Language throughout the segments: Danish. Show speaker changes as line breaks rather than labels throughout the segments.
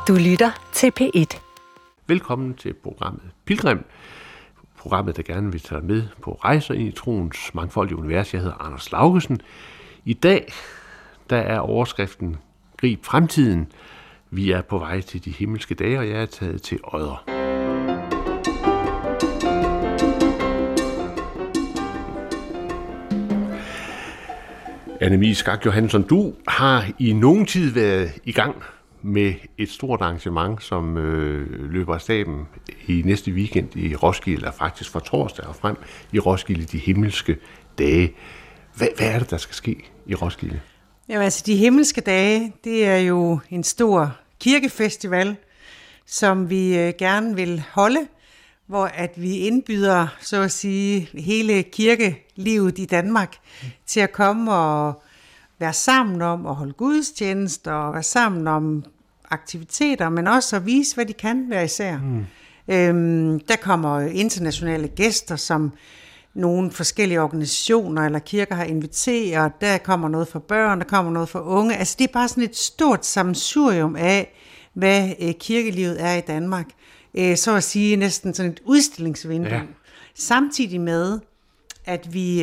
Du lytter til P1.
Velkommen til programmet Pilgrim. Programmet, der gerne vil tage med på rejser ind i troens mangfoldige univers. Jeg hedder Anders Laugesen. I dag, der er overskriften Grib fremtiden. Vi er på vej til de himmelske dage, og jeg er taget til Odder. Annemie Skak Johansson, du har i nogen tid været i gang med et stort arrangement, som løber af stablen i næste weekend i Roskilde, eller faktisk fra torsdag og frem i Roskilde, de himmelske dage. Hvad er det, der skal ske i Roskilde?
Jamen altså, de himmelske dage, det er jo en stor kirkefestival, som vi gerne vil holde, hvor at vi indbyder, så at sige, hele kirkelivet i Danmark til at komme og være sammen om at holde gudstjenester og være sammen om aktiviteter, men også at vise, hvad de kan hver især. Der kommer internationale gæster, som nogle forskellige organisationer eller kirker har inviteret. Der kommer noget for børn, der kommer noget for unge. Altså det er bare sådan et stort sammensurium af, hvad kirkelivet er i Danmark. Så at sige næsten sådan et udstillingsvindue. Ja. Samtidig med, at vi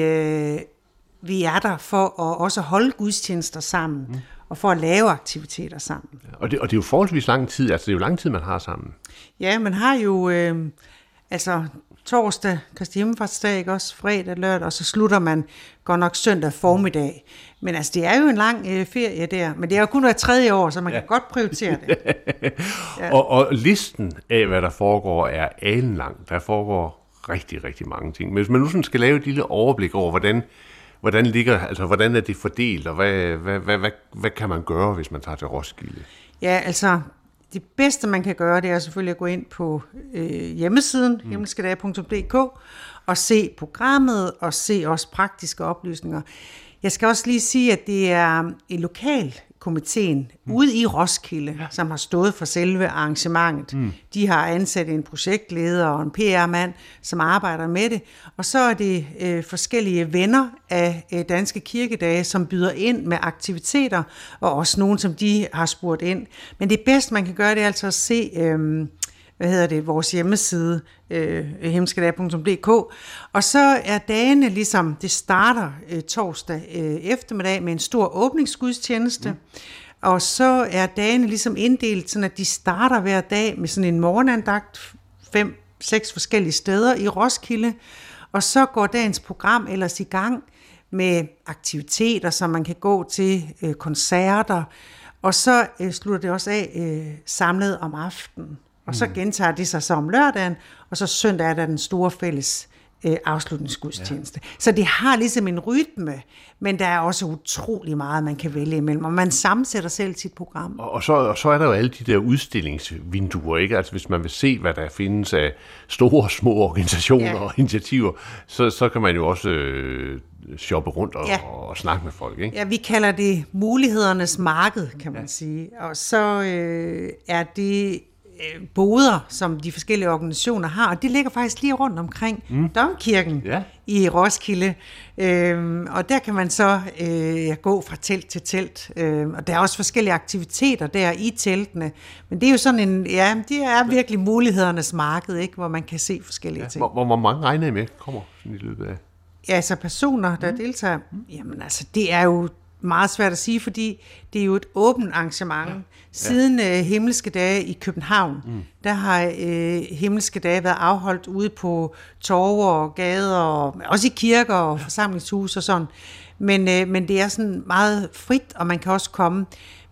er der for at også holde gudstjenester sammen, og for at lave aktiviteter sammen.
Og det er jo forholdsvis lang tid, altså det er jo lang tid, man har sammen.
Ja, man har jo torsdag, Kristi Himmelfartsdag, ikke også, fredag, lørdag, og så slutter man godt nok søndag formiddag. Men altså, det er jo en lang ferie der, men det er jo kun hver tredje år, så man kan godt prioritere det.
Ja. Og listen af, hvad der foregår, er alenlang. Der foregår rigtig, rigtig mange ting. Men hvis man nu sådan skal lave et lille overblik over, hvordan er det fordelt, og hvad kan man gøre, hvis man tager til Roskilde?
Ja, altså, det bedste, man kan gøre, det er selvfølgelig at gå ind på hjemmesiden, himmelskedage.dk, og se programmet, og se også praktiske oplysninger. Jeg skal også lige sige, at det er en lokalkomiteen ude i Roskilde, som har stået for selve arrangementet. De har ansat en projektleder og en PR-mand, som arbejder med det. Og så er det forskellige venner af Danske Kirkedage, som byder ind med aktiviteter, og også nogen, som de har spurgt ind. Men det bedste, man kan gøre, det er altså at se vores hjemmeside, himmelskedage.dk, og så er dagene ligesom, det starter torsdag eftermiddag med en stor åbningsgudstjeneste, og så er dagene ligesom inddelt, sådan at de starter hver dag med sådan en morgenandagt, 5-6 forskellige steder i Roskilde, og så går dagens program ellers i gang med aktiviteter, som man kan gå til, koncerter, og så slutter det også af samlet om aftenen. Og så gentager det sig så om lørdagen, og så søndag er der den store fælles afslutningsgudstjeneste. Ja. Så det har ligesom en rytme, men der er også utrolig meget, man kan vælge imellem, og man sammensætter selv sit program.
Og så er der jo alle de der udstillingsvinduer, ikke? Altså hvis man vil se, hvad der findes af store og små organisationer og initiativer, så kan man jo også shoppe rundt og snakke med folk, ikke?
Ja, vi kalder det mulighedernes marked, kan man sige. Og så er det boder, som de forskellige organisationer har, og det ligger faktisk lige rundt omkring Domkirken i Roskilde. Og der kan man så gå fra telt til telt. Og der er også forskellige aktiviteter der i teltene. Men det er jo sådan det er virkelig mulighedernes marked, ikke, hvor man kan se forskellige ting.
Hvor mange regner I med kommer i løbet af?
Ja, altså personer, der deltager. Jamen altså, det er jo meget svært at sige, fordi det er jo et åbent arrangement. Ja. Siden Himmelske Dage i København, der har Himmelske Dage været afholdt ude på torve og gader, og også i kirker og forsamlingshus og sådan. Men det er sådan meget frit, og man kan også komme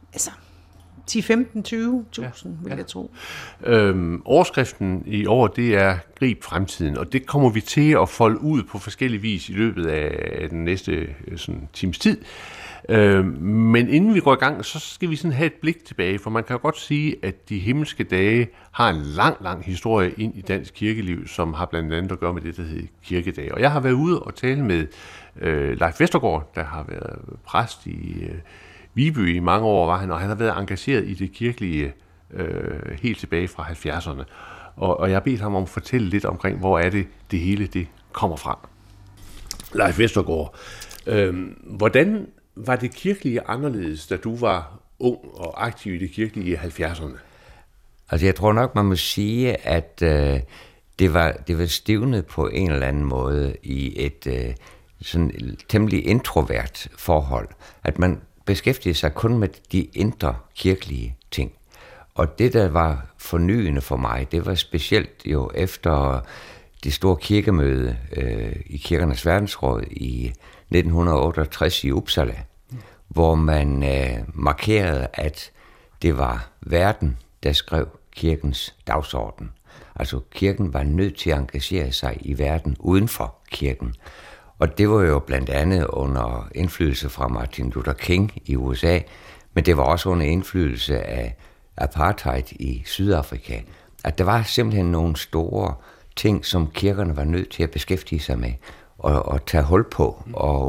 10-15-20.000, vil jeg tro.
Overskriften i år, det er Grib fremtiden, og det kommer vi til at folde ud på forskellige vis i løbet af den næste times tid. Men inden vi går i gang, så skal vi sådan have et blik tilbage, for man kan jo godt sige, at de himmelske dage har en lang historie ind i dansk kirkeliv, som har blandt andet at gøre med det, der hedder kirkedage. Og jeg har været ude og tale med Leif Vestergaard, der har været præst i Viby i mange år, var han, og han har været engageret i det kirkelige helt tilbage fra 70'erne. Og jeg har bedt ham om at fortælle lidt omkring, hvor er det hele det kommer fra. Leif Vestergaard, hvordan var det kirkelige anderledes, da du var ung og aktiv i det kirkelige i 70'erne?
Altså jeg tror nok, man må sige, at det var stivnet på en eller anden måde i et sådan temmelig introvert forhold. At man beskæftigede sig kun med de indre kirkelige ting. Og det, der var fornyende for mig, det var specielt jo efter det store kirkemøde i Kirkernes Verdensråd i 1968 i Uppsala, hvor man markerede, at det var verden, der skrev kirkens dagsorden. Altså kirken var nødt til at engagere sig i verden uden for kirken. Og det var jo blandt andet under indflydelse fra Martin Luther King i USA, men det var også under indflydelse af apartheid i Sydafrika. At der var simpelthen nogle store ting, som kirkerne var nødt til at beskæftige sig med og tage hul på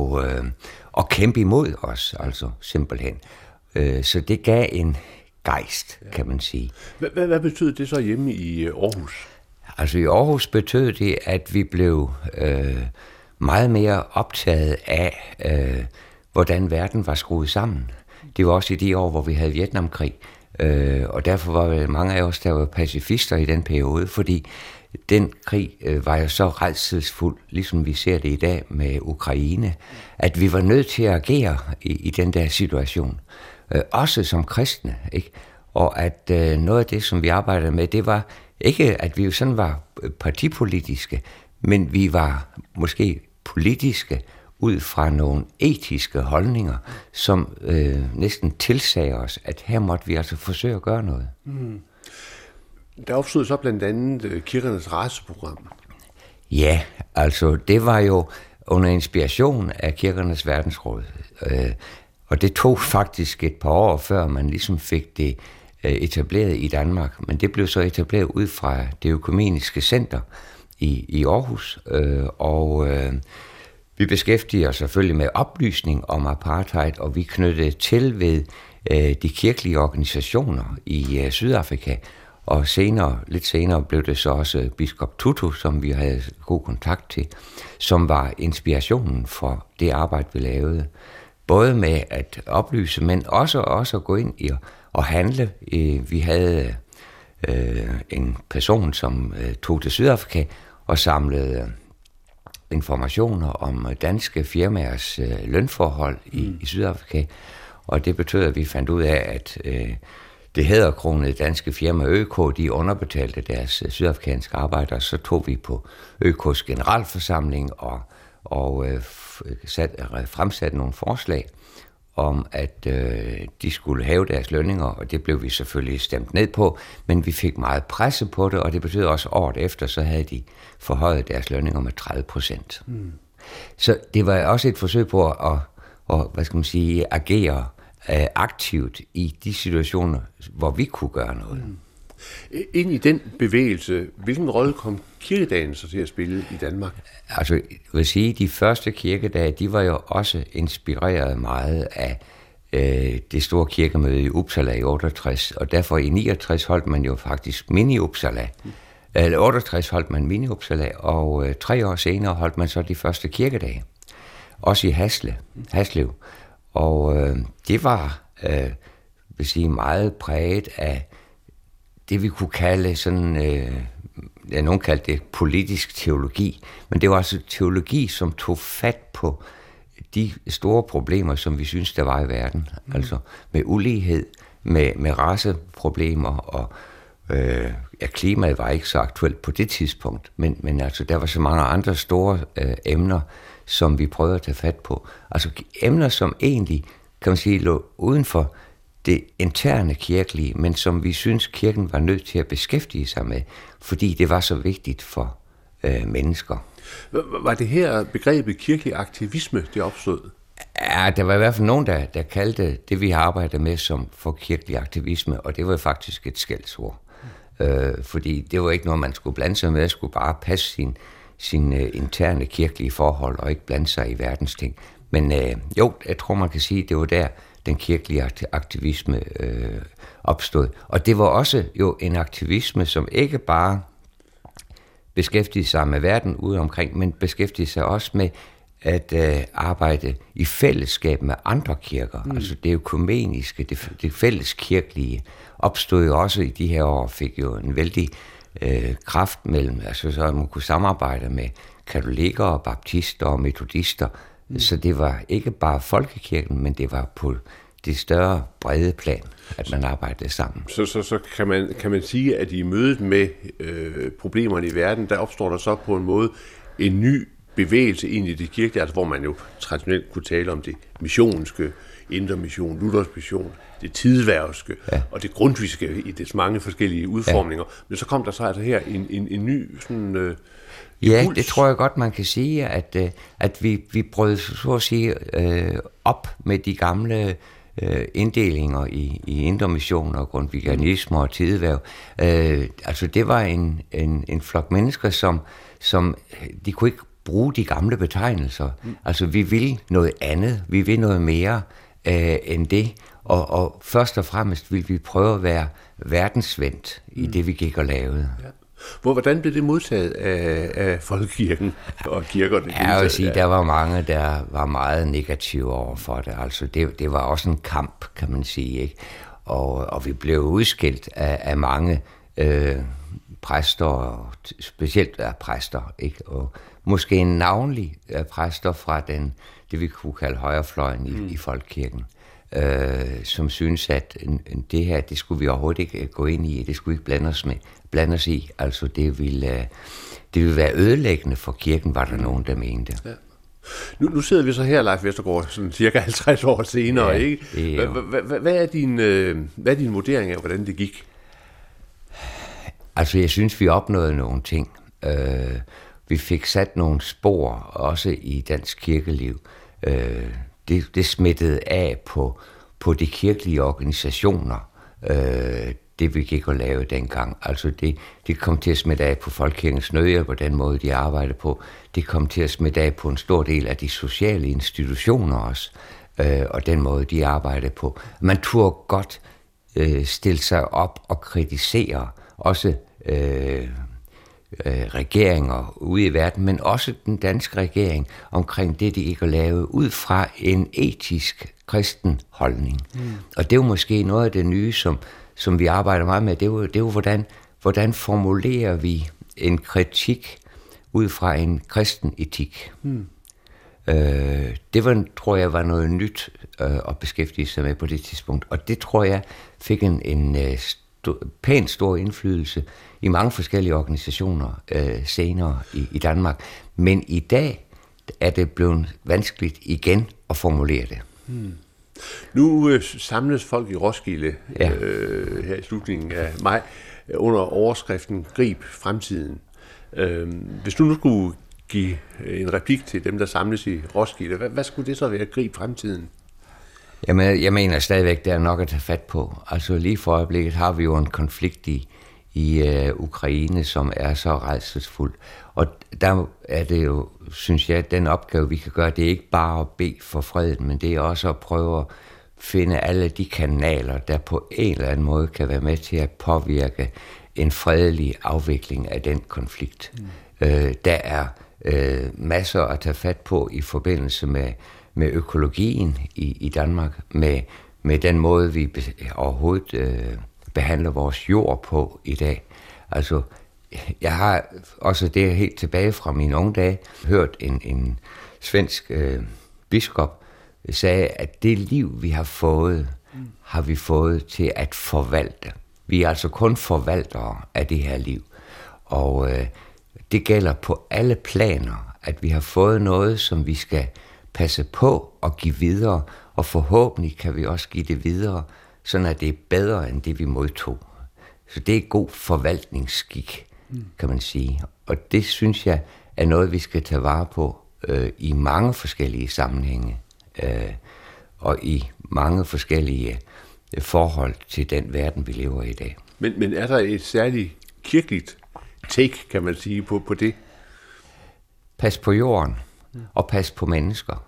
og kæmpe imod os, altså simpelthen. Så det gav en gejst, kan man sige.
Hvad betød det så hjemme i Aarhus?
Altså i Aarhus betød det, at vi blev meget mere optaget af, hvordan verden var skruet sammen. Det var også i de år, hvor vi havde Vietnamkrig, og derfor var mange af os, der var pacifister i den periode, fordi den krig var jo så rædselsfuld, ligesom vi ser det i dag med Ukraine, at vi var nødt til at agere i den der situation. Også som kristne, ikke? Og at noget af det, som vi arbejdede med, det var ikke, at vi jo sådan var partipolitiske, men vi var måske politiske ud fra nogle etiske holdninger, som næsten tilsagde os, at her måtte vi altså forsøge at gøre noget. Mm.
Der opstod så blandt andet Kirkernes Raceprogram.
Ja, altså det var jo under inspiration af Kirkernes Verdensråd. Og det tog faktisk et par år, før man ligesom fik det etableret i Danmark. Men det blev så etableret ud fra det økumeniske center i Aarhus. Vi beskæftiger os selvfølgelig med oplysning om apartheid, og vi knyttede til ved de kirkelige organisationer i Sydafrika. Og lidt senere blev det så også biskop Tutu, som vi havde god kontakt til, som var inspirationen for det arbejde, vi lavede. Både med at oplyse, men også at gå ind i at handle. Vi havde en person, som tog til Sydafrika og samlede informationer om danske firmaers lønforhold i Sydafrika. Og det betød, at vi fandt ud af, at det hæderkronede danske firma ØK, de underbetalte deres sydafrikanske arbejdere. Så tog vi på ØK's generalforsamling og fremsatte nogle forslag om, at de skulle have deres lønninger, og det blev vi selvfølgelig stemt ned på, men vi fik meget presse på det, og det betød også året efter, så havde de forhøjet deres lønninger med 30%. Mm. Så det var også et forsøg på at agere aktivt i de situationer, hvor vi kunne gøre noget. Mm.
Ind i den bevægelse, hvilken rolle kom kirkedagen så til at spille i Danmark?
Altså, jeg vil sige, de første kirkedage, de var jo også inspireret meget af det store kirkemøde i Uppsala i 68, og derfor i 69 holdt man jo faktisk mini-Uppsala. Eller 68 holdt man mini-Uppsala, og 3 år senere holdt man så de første kirkedage. Også i Haslev. Og det var, vil sige, meget præget af det, vi kunne kalde sådan, nogen kaldte det politisk teologi, men det var altså teologi, som tog fat på de store problemer, som vi synes, der var i verden. Mm. Altså med ulighed, med raceproblemer, og klimaet var ikke så aktuelt på det tidspunkt, men altså der var så mange andre store emner, som vi prøvede at tage fat på. Altså emner, som egentlig, kan man sige, lå uden for det interne kirkelige, men som vi synes, kirken var nødt til at beskæftige sig med, fordi det var så vigtigt for mennesker.
Var det her begrebet kirkelig aktivisme, det opstod?
Ja, der var i hvert fald nogen, der kaldte det, vi har arbejdet med, som for kirkelig aktivisme, og det var faktisk et skældsord. Fordi det var ikke noget, man skulle blande sig med, man skulle bare passe sine interne kirkelige forhold, og ikke blande sig i verdens ting. Men jo, jeg tror, man kan sige, at det var der, den kirkelige aktivisme opstod. Og det var også jo en aktivisme, som ikke bare beskæftigede sig med verden ude omkring, men beskæftigede sig også med at arbejde i fællesskab med andre kirker. Altså det økumeniske, det fælleskirkelige, opstod jo også i de her år, fik jo en vældig kraft mellem, altså så man kunne samarbejde med katolikker og baptister og metodister. Så det var ikke bare folkekirken, men det var på det større brede plan, at man arbejdede sammen.
Så kan man sige, at i mødet med problemerne i verden, der opstår der så på en måde en ny bevægelse ind i det kirkelige, altså hvor man jo traditionelt kunne tale om det missionske, indre mission, Luthers mission, det tidværvske og det grundtvigske i dets mange forskellige udformninger. Men så kom der så altså her en ny sådan
ja, det tror jeg godt, man kan sige, at vi brød så at sige op med de gamle inddelinger i indre mission og grundtvigianisme og tideværv. Altså det var en flok mennesker, som de kunne ikke bruge de gamle betegnelser. Altså vi ville noget andet, vi ville noget mere end det, og først og fremmest ville vi prøve at være verdensvendt i det, vi gik og lavede. Ja.
Hvordan blev det modtaget af folkekirken og kirkerne?
Jeg vil sige, der var mange, der var meget negative over for det. Altså det var også en kamp, kan man sige, ikke? Og vi blev udskilt af mange præster, specielt af præster, ikke? Og måske en navnlig præster fra det vi kunne kalde højrefløjen i folkekirken, som synes, at det her, det skulle vi overhovedet ikke gå ind i, det skulle vi ikke blande os i. Altså det ville være ødelæggende for kirken, var der nogen, der mente. Ja.
Nu sidder vi så her, Leif Vestergaard, sådan cirka 50 år senere, ikke? Hvad er din vurdering af, hvordan det gik?
Altså jeg synes, vi opnåede nogle ting. Vi fik sat nogle spor, også i dansk kirkeliv. Det smittede af på de kirkelige organisationer, det vi gik og lavede dengang. Altså det kom til at smitte af på Folkekirkens Nødhjælp på den måde, de arbejdede på. Det kom til at smitte af på en stor del af de sociale institutioner også, og den måde, de arbejdede på. Man turde godt stille sig op og kritisere også regeringer ude i verden, men også den danske regering omkring det, de ikke lavede, ud fra en etisk kristen holdning. Og det er jo måske noget af det nye, som vi arbejder meget med, det er jo hvordan formulerer vi en kritik ud fra en kristen etik. Det tror jeg var noget nyt at beskæftige sig med på det tidspunkt, og det tror jeg fik en pænt stor indflydelse i mange forskellige organisationer senere i Danmark. Men i dag er det blevet vanskeligt igen at formulere det.
Nu samles folk i Roskilde her i slutningen af maj under overskriften Grib fremtiden. Hvis du nu skulle give en replik til dem, der samles i Roskilde, hvad skulle det så være, Grib fremtiden?
Jamen, jeg mener stadigvæk, der er nok at tage fat på. Altså lige for øjeblikket har vi jo en konflikt i Ukraine, som er så rædselsfuld. Og der er det jo, synes jeg, den opgave, vi kan gøre, det er ikke bare at bede for freden, men det er også at prøve at finde alle de kanaler, der på en eller anden måde kan være med til at påvirke en fredelig afvikling af den konflikt. Der er masser at tage fat på i forbindelse med økologien i Danmark, med den måde, vi overhovedet behandler vores jord på i dag. Altså, jeg har også det helt tilbage fra mine unge dage hørt en svensk biskop sagde, at det liv, vi har fået, har vi fået til at forvalte. Vi er altså kun forvaltere af det her liv. Og det gælder på alle planer, at vi har fået noget, som vi skal passe på og give videre, og forhåbentlig kan vi også give det videre, sådan at det er bedre end det, vi modtog. Så det er god forvaltningsskik, kan man sige. Og det synes jeg er noget, vi skal tage vare på i mange forskellige sammenhænge, og i mange forskellige forhold til den verden, vi lever i i dag.
Men er der et særligt kirkeligt take, kan man sige, på det?
Pas på jorden, og pas på mennesker.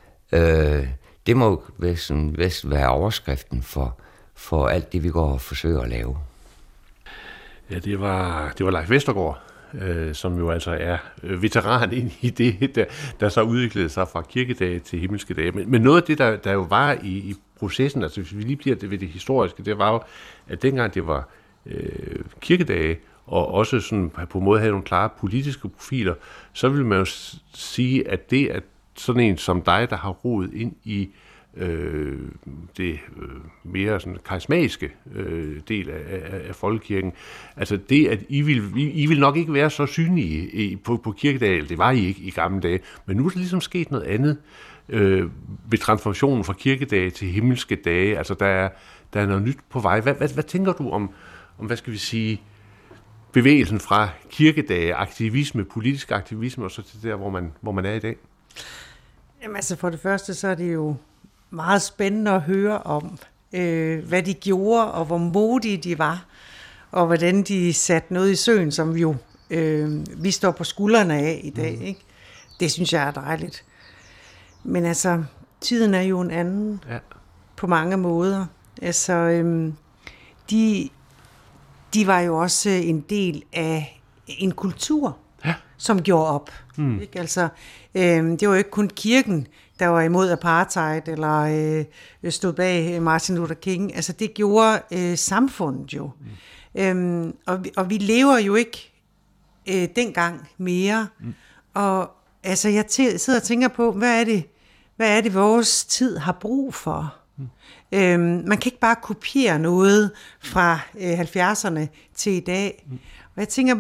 Det må være overskriften for alt det, vi går og forsøger at lave.
Ja, det var Leif Vestergaard, som jo altså er veteran ind i det, der så udviklede sig fra kirkedage til himmelske dage. Men noget af det, der jo var i processen, altså hvis vi lige bliver ved det historiske, det var jo, at dengang det var kirkedage, og også sådan på en måde havde nogle klare politiske profiler, så vil man jo sige, at det er sådan en som dig, der har rodet ind i det mere sådan karismatiske del af folkekirken. Altså det, at I vil nok ikke være så synlige på kirkedage, det var I ikke i gamle dage, men nu er der ligesom sket noget andet ved transformationen fra kirkedage til himmelske dage. Altså der er noget nyt på vej. Hvad tænker du om, hvad skal vi sige, bevægelsen fra kirkedage, aktivisme, politisk aktivisme, og så til der, hvor man er i dag?
Jamen altså for det første, så er det jo meget spændende at høre om, hvad de gjorde, og hvor modige de var, og hvordan de satte noget i søen, som vi står på skuldrene af i dag. Ikke? Det synes jeg er dejligt. Men altså, tiden er jo en anden på mange måder. Altså, de var jo også en del af en kultur, som gjorde op. Ikke? Altså, det var jo ikke kun kirken, der var imod apartheid, eller stod bag Martin Luther King. Altså, det gjorde samfundet jo. Og vi lever jo ikke dengang mere. Og altså, jeg sidder og tænker på, hvad er det vores tid har brug for? Man kan ikke bare kopiere noget fra 70'erne til i dag. Og jeg tænker,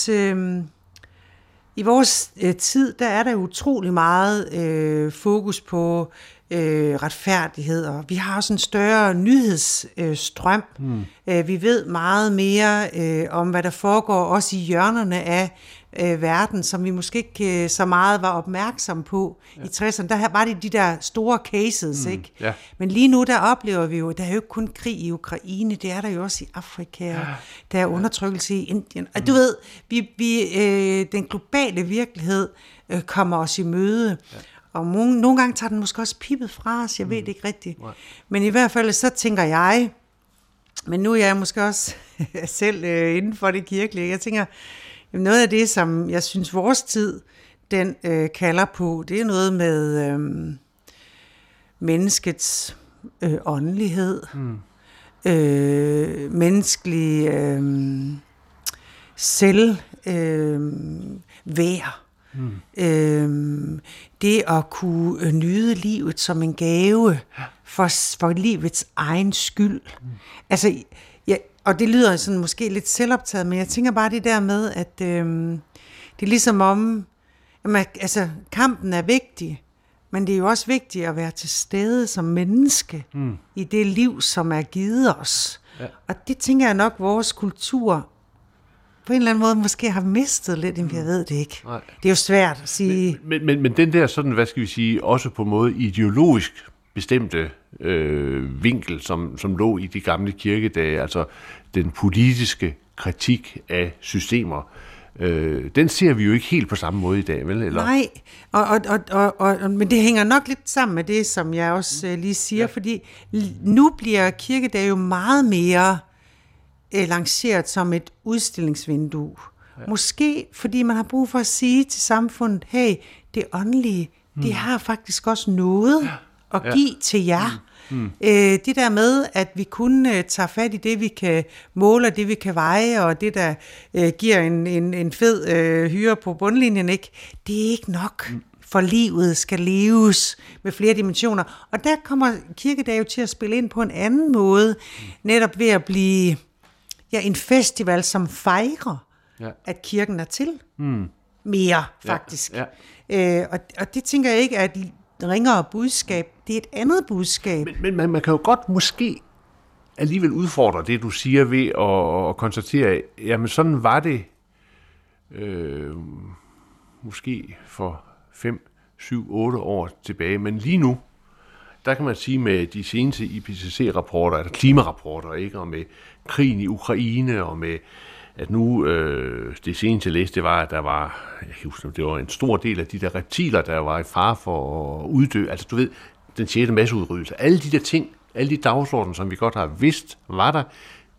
i vores tid, der er der utrolig meget fokus på retfærdighed, og vi har også en større nyhedsstrøm. Vi ved meget mere om, hvad der foregår også i hjørnerne af verden, som vi måske ikke så meget var opmærksom på i 60'erne. Der var det de der store cases, ikke? Ja. Men lige nu, der oplever vi jo, der er jo ikke kun krig i Ukraine, det er der jo også i Afrika, og der er undertrykkelse i Indien. Og du ved, den globale virkelighed kommer os i møde. Ja. Og nogle gange tager den måske også pippet fra os, jeg ved det ikke rigtigt. Men i hvert fald så tænker jeg, men nu er jeg måske også selv inden for det kirkelige, jeg tænker, noget af det, som jeg synes vores tid, den kalder på, det er noget med menneskets åndelighed, menneskelig selvværd, det at kunne nyde livet som en gave for livets egen skyld. Altså, og det lyder sådan måske lidt selvoptaget, men jeg tænker bare det der med, at det er ligesom om, altså kampen er vigtig, men det er jo også vigtigt at være til stede som menneske i det liv, som er givet os. Ja. Og det tænker jeg nok, vores kultur på en eller anden måde måske har mistet lidt, jeg ved det ikke. Nej. Det er jo svært at sige.
Men den der sådan, hvad skal vi sige, også på en måde ideologisk bestemte vinkel, som lå i de gamle kirkedage, altså den politiske kritik af systemer, den ser vi jo ikke helt på samme måde i dag, vel? Eller?
Nej, men det hænger nok lidt sammen med det, som jeg også lige siger, fordi nu bliver kirkedage jo meget mere lanceret som et udstillingsvindue. Ja. Måske fordi man har brug for at sige til samfundet, hey, det åndelige, det har faktisk også noget at give til jer. Det der med, at vi kun tager fat i det, vi kan måle, og det, vi kan veje, og det, der giver en fed hyre på bundlinjen, ikke? Det er ikke nok. For livet skal leves med flere dimensioner. Og der kommer kirkedage jo til at spille ind på en anden måde, netop ved at blive en festival, som fejrer, at kirken er til. Mere, faktisk. Og det tænker jeg ikke er et ringere budskab. Det er et andet budskab.
Men man kan jo godt måske alligevel udfordre det, du siger, ved at konstatere, jamen sådan var det måske for 5, 7, 8 år tilbage. Men lige nu, der kan man sige med de seneste IPCC-rapporter, eller klimarapporter, ikke, og med krigen i Ukraine, og med at nu det seneste læste, det var, at der var, jeg kan huske, det var en stor del af de der reptiler, der var i fare for at uddø. Altså du ved, den 6. masseudryddelse. Alle de der ting, alle de dagsordener, som vi godt har vidst, var der,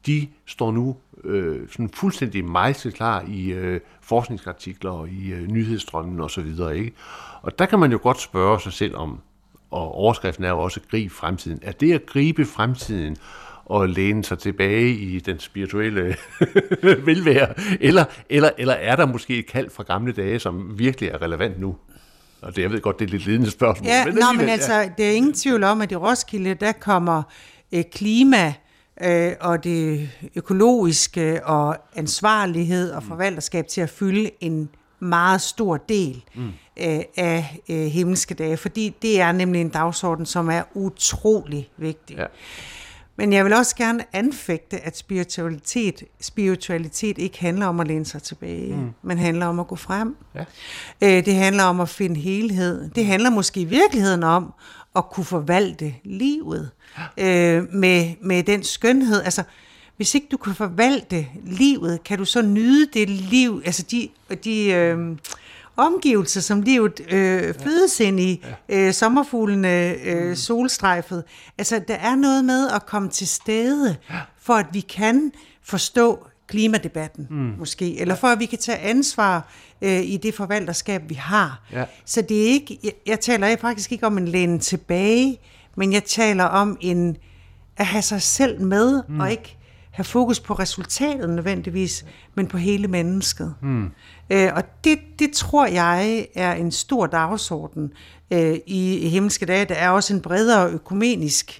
de står nu sådan fuldstændig mejselklar i forskningsartikler og i nyhedsstrømmen og så videre, ikke? Og der kan man jo godt spørge sig selv om, og overskriften er jo også at gribe fremtiden. Er det at gribe fremtiden og læne sig tilbage i den spirituelle velvære, eller er der måske et kald fra gamle dage, som virkelig er relevant nu? Og det, jeg ved godt, det er lidt ledende spørgsmål.
Ja, men altså, det er ingen tvivl om, at i Roskilde, der kommer klima og det økologiske og ansvarlighed og forvalterskab til at fylde en meget stor del af himmelske dage, fordi det er nemlig en dagsorden, som er utrolig vigtig. Ja. Men jeg vil også gerne anfægte, at spiritualitet ikke handler om at læne sig tilbage, men handler om at gå frem. Ja. Det handler om at finde helhed. Det handler måske i virkeligheden om at kunne forvalte livet med den skønhed. Altså, hvis ikke du kan forvalte livet, kan du så nyde det liv, altså de omgivelser, som livet fødes ind i, sommerfuglene, solstrejfet. Altså, der er noget med at komme til stede, for at vi kan forstå klimadebatten, måske, eller for at vi kan tage ansvar i det forvalterskab, vi har. Ja. Så det er ikke, jeg taler faktisk ikke om en læne tilbage, men jeg taler om at have sig selv med, og ikke have fokus på resultatet nødvendigvis, men på hele mennesket. Og det tror jeg er en stor dagsorden i himmelske dage. Der er også en bredere økumenisk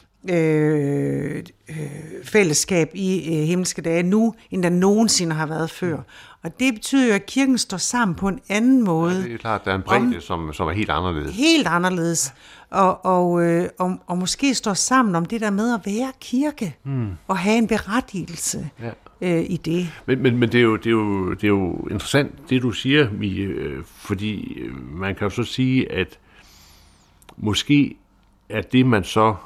fællesskab i himmelske dage nu, end der nogensinde har været før. Og det betyder jo, at kirken står sammen på en anden måde.
Ja, det er klart, der er en bredde, som er helt anderledes.
Helt anderledes. Og måske står sammen om det der med at være kirke, og have en berettigelse i det.
Men det er jo interessant, det du siger, Mie, fordi man kan jo så sige, at måske er det, man så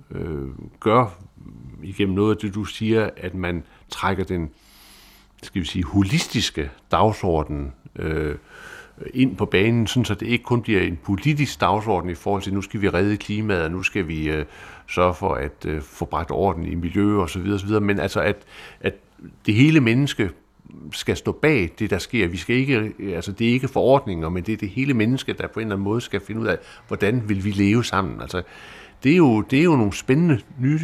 gør igennem noget af det, du siger, at man trækker den, skal vi sige, holistiske dagsorden ind på banen, sådan så det ikke kun bliver en politisk dagsorden i forhold til, nu skal vi redde klimaet, og nu skal vi sørge for at få bragt orden i miljø og så videre, men altså at det hele menneske skal stå bag det, der sker. Vi skal ikke, altså det er ikke forordninger, men det er det hele menneske, der på en eller anden måde skal finde ud af, hvordan vil vi leve sammen. Altså det er jo nogle spændende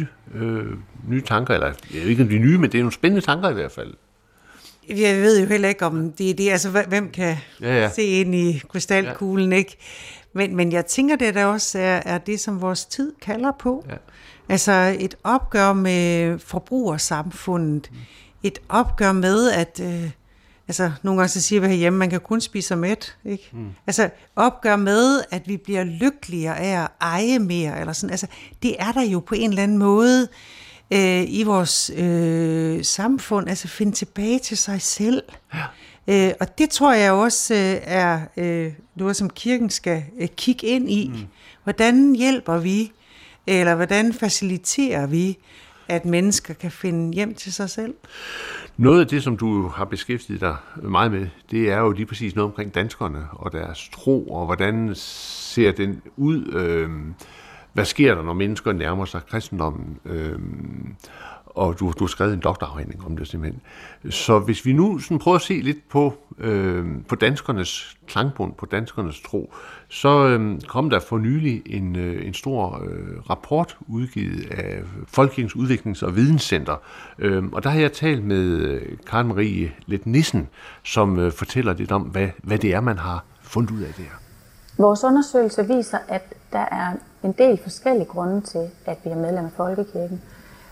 nye tanker, eller ikke de nye, men det er nogle spændende tanker i hvert fald.
Jeg ved jo heller ikke, om det er det. Altså, hvem kan se ind i krystalkuglen, ikke? Men jeg tænker, det der også er det, som vores tid kalder på. Ja. Altså et opgør med forbrugersamfundet. Et opgør med, at nogle gange så siger vi herhjemme, man kan kun spise sig mæt, ikke? Altså opgør med, at vi bliver lykkeligere af at eje mere, eller sådan. Altså, det er der jo på en eller anden måde i vores samfund, altså finde tilbage til sig selv. Ja. Og det tror jeg også er noget, som kirken skal kigge ind i. Hvordan hjælper vi, eller hvordan faciliterer vi, at mennesker kan finde hjem til sig selv?
Noget af det, som du har beskæftiget dig meget med, det er jo lige præcis noget omkring danskerne og deres tro, og hvordan ser den ud? Hvad sker der, når mennesker nærmer sig kristendommen? Og du har skrevet en doktorafhandling om det simpelthen. Så hvis vi nu sådan prøver at se lidt på danskernes klangbund, på danskernes tro, så kom der for nylig en stor rapport udgivet af Folkekirkens Udviklings- og Videnscenter. Og der har jeg talt med Karen Marie Let Nissen, som fortæller lidt om, hvad det er, man har fundet ud af det her.
Vores undersøgelse viser, at der er en del forskellige grunde til, at vi er medlem af Folkekirken.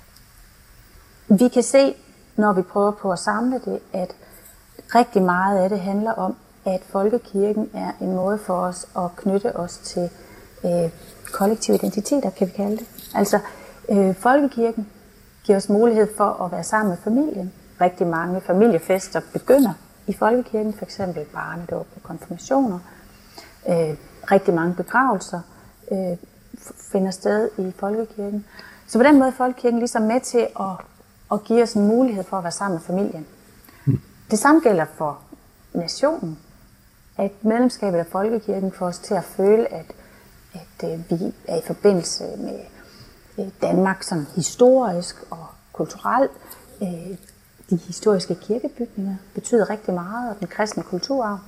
Vi kan se, når vi prøver på at samle det, at rigtig meget af det handler om, at Folkekirken er en måde for os at knytte os til kollektive identiteter, kan vi kalde det. Altså, Folkekirken giver os mulighed for at være sammen med familien. Rigtig mange familiefester begynder i Folkekirken, f.eks. barnedåb og konfirmationer. Rigtig mange begravelser finder sted i Folkekirken. Så på den måde er Folkekirken ligesom med til at give os en mulighed for at være sammen med familien. Det samme gælder for nationen. At medlemskabet af Folkekirken får os til at føle, at vi er i forbindelse med Danmark sådan historisk og kulturelt. De historiske kirkebygninger betyder rigtig meget, og den kristne kulturarv.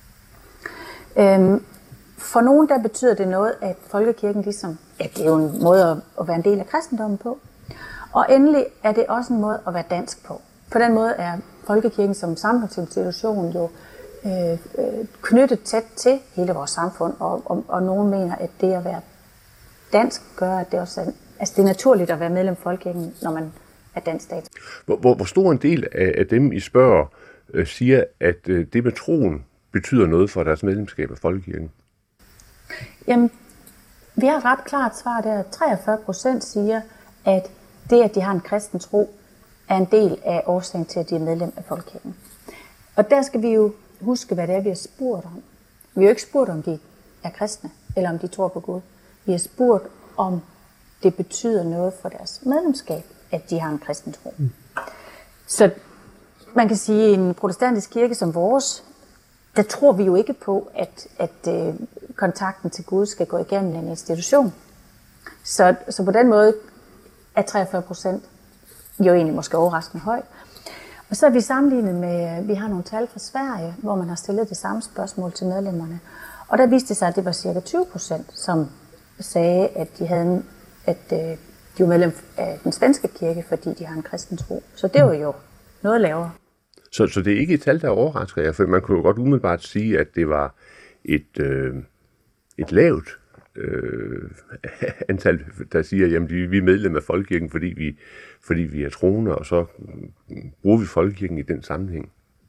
For nogen der betyder det noget, at folkekirken ligesom, ja, det er jo en måde at være en del af kristendommen på. Og endelig er det også en måde at være dansk på. På den måde er folkekirken som samfundsinstitution jo knyttet tæt til hele vores samfund, og nogen mener, at det at være dansk gør, at det også er, altså det er naturligt at være medlem af folkekirken, når man er dansk stat.
Hvor stor en del af dem, I spørger, siger, at det med troen betyder noget for deres medlemskab af folkekirken?
Jamen, vi har et ret klart svar der. 43% siger, at det, at de har en kristen tro, er en del af årsagen til, at de er medlem af folkekirken. Og der skal vi jo huske, hvad det er, vi har spurgt om. Vi har jo ikke spurgt, om de er kristne, eller om de tror på Gud. Vi har spurgt, om det betyder noget for deres medlemskab, at de har en kristen tro. Så man kan sige, at en protestantisk kirke som vores, der tror vi jo ikke på, at kontakten til Gud skal gå igennem en institution. Så på den måde er 43% jo egentlig måske overraskende højt. Og så er vi sammenlignet med, vi har nogle tal fra Sverige, hvor man har stillet det samme spørgsmål til medlemmerne. Og der viste det sig, at det var cirka 20%, som sagde, at de var medlem af den svenske kirke, fordi de har en kristen tro. Så det var jo noget lavere.
Så det er ikke et tal, der overrasker jer, for man kunne jo godt umiddelbart sige, at det var et lavt antal, der siger, jamen vi er medlem af folkekirken, fordi vi er troende, og så bruger vi folkekirken i den sammenhæng.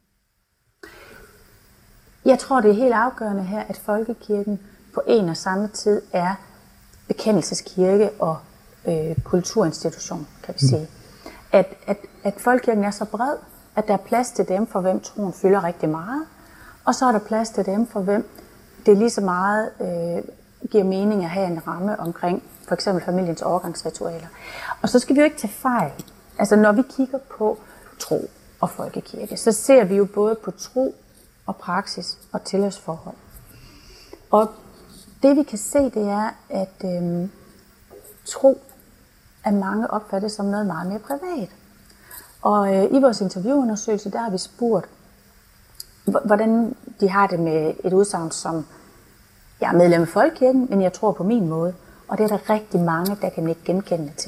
Jeg tror, det er helt afgørende her, at folkekirken på en og samme tid er bekendelseskirke og kulturinstitution, kan vi sige. At folkekirken er så bred, at der er plads til dem, for hvem troen fylder rigtig meget, og så er der plads til dem, for hvem det lige så meget giver mening at have en ramme omkring for eksempel familiens overgangsritualer. Og så skal vi jo ikke tage fejl. Altså når vi kigger på tro og folkekirke, så ser vi jo både på tro og praksis og tilhørsforhold. Og det vi kan se, det er, at tro af mange opfattet som noget meget mere privat. Og i vores interviewundersøgelse, der har vi spurgt, hvordan de har det med et udsagn som, jeg er medlem af folkekirken, men jeg tror på min måde. Og det er der rigtig mange, der kan ikke genkende til.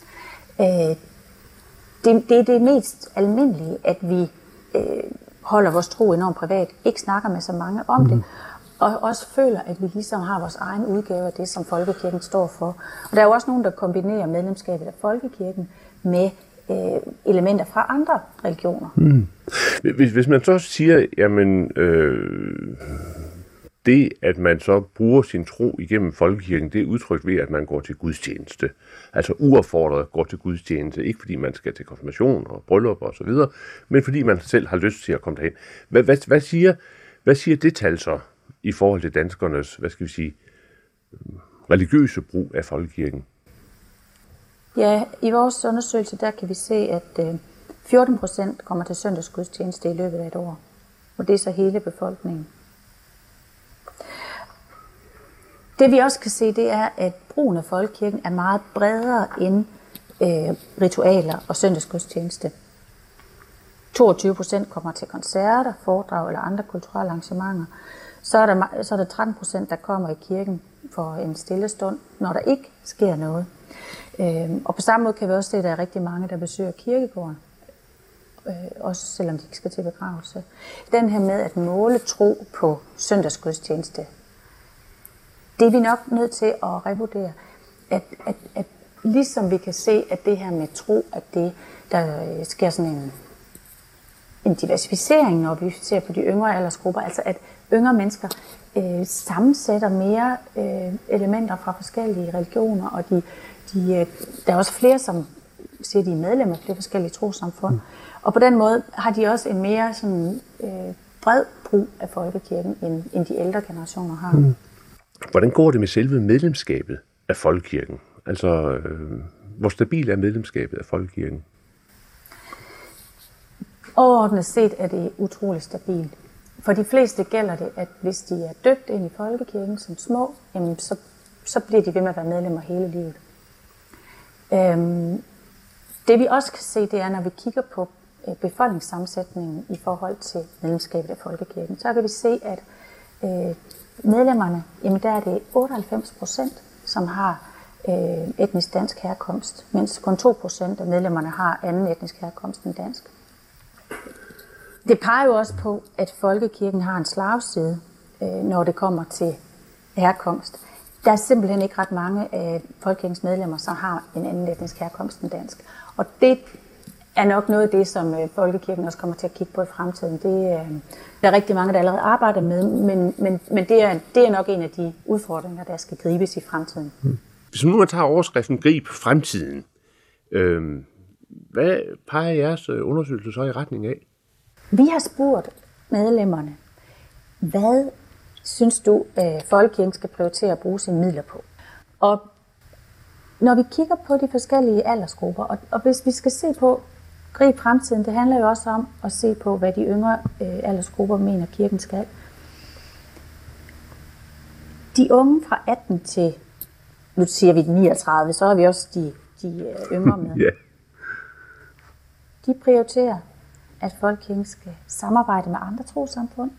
Det er det mest almindelige, at vi holder vores tro enormt privat, ikke snakker med så mange om det, og også føler, at vi ligesom har vores egen udgave af det, som folkekirken står for. Og der er jo også nogen, der kombinerer medlemskabet af folkekirken med elementer fra andre religioner.
Hvis man så siger, jamen det, at man så bruger sin tro igennem folkekirken, det er udtrykt ved, at man går til gudstjeneste. Altså uaffordret går til gudstjeneste. Ikke fordi man skal til konfirmation og bryllup og så videre, men fordi man selv har lyst til at komme derhen. Hvad siger det tal så i forhold til danskernes, hvad skal vi sige, religiøse brug af folkekirken?
Ja, i vores undersøgelse, der kan vi se, at 14% kommer til søndagsgudstjeneste i løbet af et år. Og det er så hele befolkningen. Det vi også kan se, det er, at brugen af folkekirken er meget bredere end ritualer og søndagsgudstjeneste. 22% kommer til koncerter, foredrag eller andre kulturelle arrangementer. Så er der 13%, der kommer i kirken for en stille stund, når der ikke sker noget. Og på samme måde kan vi også se, at der er rigtig mange, der besøger kirkegården, også selvom de ikke skal til begravelse. Den her med at måle tro på søndagsgudstjeneste, det er vi nok nødt til at revurdere, at ligesom vi kan se, at det her med tro, at det, der sker sådan en diversificering, når vi ser på de yngre aldersgrupper, altså at yngre mennesker sammensætter mere elementer fra forskellige religioner, og der er også flere, som siger, de er medlemmer af flere forskellige trossamfund. Og på den måde har de også en mere sådan, bred brug af folkekirken, end de ældre generationer har.
Hvordan går det med selve medlemskabet af folkekirken? Altså, hvor stabil er medlemskabet af folkekirken?
Overordnet set er det utroligt stabilt. For de fleste gælder det, at hvis de er døbt ind i folkekirken som små, jamen så bliver de ved med at være medlemmer hele livet. Det vi også kan se, det er, når vi kigger på befolkningssammensætningen i forhold til medlemskabet af Folkekirken, så kan vi se, at medlemmerne, jamen der er det 98%, som har etnisk dansk herkomst, mens kun 2% af medlemmerne har anden etnisk herkomst end dansk. Det peger jo også på, at Folkekirken har en slagside, når det kommer til herkomst. Der er simpelthen ikke ret mange af Folkekirkens medlemmer, som har en anden etnisk herkomst end dansk. Og det er nok noget af det, som Folkekirken også kommer til at kigge på i fremtiden. Der er rigtig mange, der allerede arbejder med, men det er nok en af de udfordringer, der skal gribes i fremtiden.
Hvis nu man tager overskriften Grib fremtiden, hvad peger jeres undersøgelse så i retning af?
Vi har spurgt medlemmerne, hvad synes du, Folkekirken skal prioritere at bruge sine midler på? Og når vi kigger på de forskellige aldersgrupper, og hvis vi skal se på Grib fremtiden, det handler jo også om at se på, hvad de yngre aldersgrupper mener, kirken skal. De unge fra 18 til, nu siger vi 39, så har vi også de yngre med.
Yeah.
De prioriterer, at Folkekirken skal samarbejde med andre trossamfund,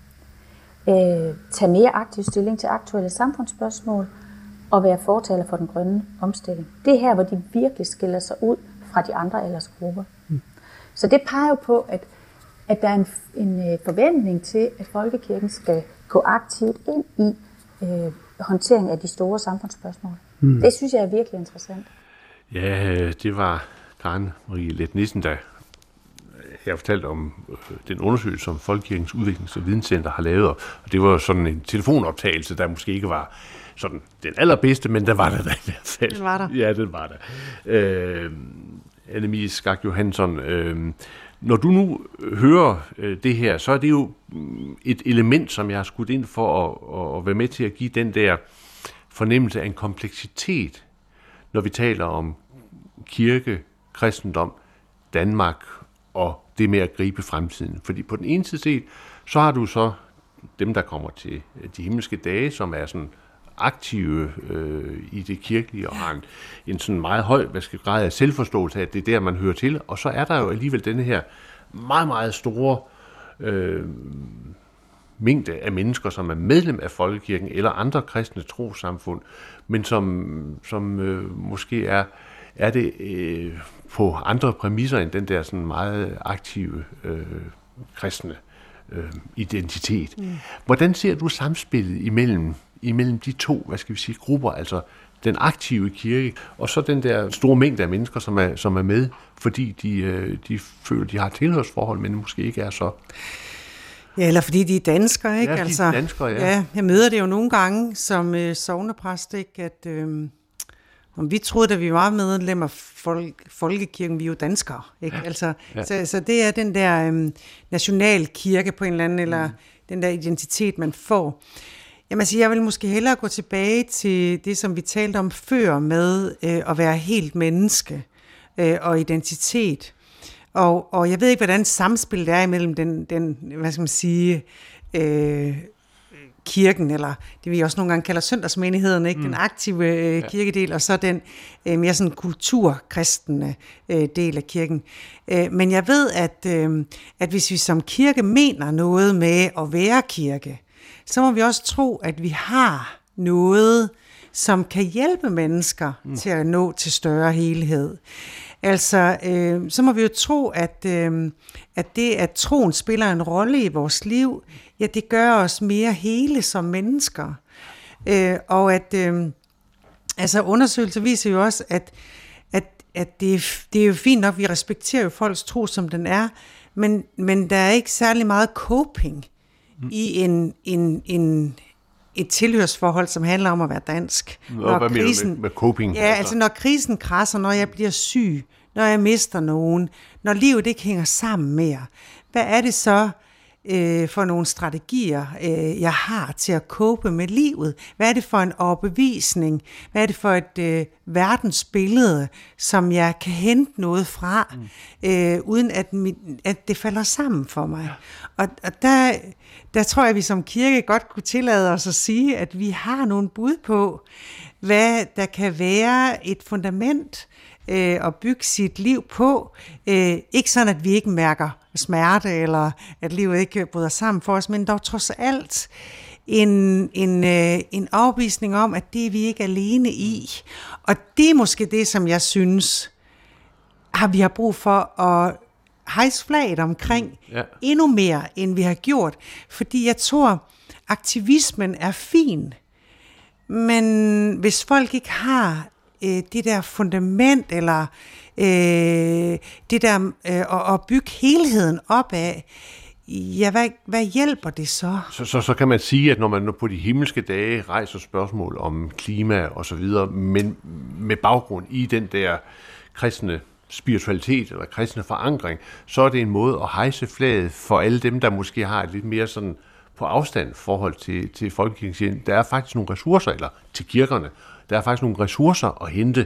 tage mere aktiv stilling til aktuelle samfundsspørgsmål og være fortaler for den grønne omstilling. Det er her, hvor de virkelig skiller sig ud fra de andre aldersgrupper. Så det peger jo på, at der er en forventning til, at Folkekirken skal gå aktivt ind i håndtering af de store samfundsspørgsmål. Det synes jeg er virkelig interessant.
Ja, det var Karen Marie Leth Nissen, der jeg fortalte om den undersøgelse, som Folkekirkens Udviklings- og Videnscenter har lavet, og det var sådan en telefonoptagelse, der måske ikke var sådan den allerbedste, men der var der i hvert fald.
Den var der.
Ja, den var der. Annemie Skak Johansson, når du nu hører det her, så er det jo et element, som jeg har skudt ind for at være med til at give den der fornemmelse af en kompleksitet, når vi taler om kirke, kristendom, Danmark og det med at gribe fremtiden. Fordi på den ene side set, så har du så dem, der kommer til de himmelske dage, som er sådan aktive i det kirkelige og har en sådan meget høj grad af selvforståelse af, at det er der, man hører til. Og så er der jo alligevel denne her meget, meget store mængde af mennesker, som er medlem af Folkekirken eller andre kristne trossamfund, men som måske er det på andre præmisser end den der sådan meget aktive kristne identitet. Hvordan ser du samspillet imellem de to, hvad skal vi sige, grupper, altså den aktive kirke, og så den der store mængde af mennesker, som er med, fordi de føler, de har et tilhørsforhold, men måske ikke er så.
Ja, eller fordi de er danskere, ikke?
Ja, de er danskere, ja.
Ja, jeg møder det jo nogle gange som sognepræst, ikke? At vi troede, da vi var medlemmer af Folkekirken, vi er jo danskere, ikke? Ja. Altså, ja. Så det er den der nationalkirke på en eller anden, eller den der identitet, man får. Jamen, altså, jeg vil måske hellere gå tilbage til det, som vi talte om før med at være helt menneske og identitet. Og jeg ved ikke, hvordan samspillet er imellem den hvad skal man sige, kirken, eller det vi også nogle gange kalder søndagsmenigheden, ikke? Den aktive kirkedel, og så den mere sådan kulturkristne del af kirken. Men jeg ved, at hvis vi som kirke mener noget med at være kirke, så må vi også tro, at vi har noget, som kan hjælpe mennesker til at nå til større helhed. Altså, så må vi jo tro, at det, at troen spiller en rolle i vores liv, ja, det gør os mere hele som mennesker. Og at altså undersøgelser viser jo også, at det er jo fint nok, vi respekterer jo folks tro, som den er, men der er ikke særlig meget coping i et tilhørsforhold, som handler om at være dansk.
Hvad mener du med coping?
Ja, altså når krisen krasser, når jeg bliver syg, når jeg mister nogen, når livet ikke hænger sammen mere, hvad er det så for nogle strategier, jeg har til at cope med livet? Hvad er det for en overbevisning? Hvad er det for et verdensbillede, som jeg kan hente noget fra, uden at det falder sammen for mig? Og der tror jeg, at vi som kirke godt kunne tillade os at sige, at vi har nogle bud på, hvad der kan være et fundament at bygge sit liv på. Ikke sådan, at vi ikke mærker smerte, eller at livet ikke bryder sammen for os, men dog trods alt en overbevisning om, at det er vi ikke alene i. Og det er måske det, som jeg synes, vi har brug for at hejse flaget omkring endnu mere, end vi har gjort. Fordi jeg tror, aktivismen er fin, men hvis folk ikke har det der fundament, eller det der at bygge helheden op af, ja, hvad hjælper det så?
Så kan man sige, at når man på de himmelske dage rejser spørgsmål om klima og så videre, men med baggrund i den der kristne spiritualitet eller kristne forankring, så er det en måde at hejse flaget for alle dem, der måske har et lidt mere sådan på afstand forhold til folkekirken. Der er faktisk nogle ressourcer, eller til kirkerne, der er faktisk nogle ressourcer at hente,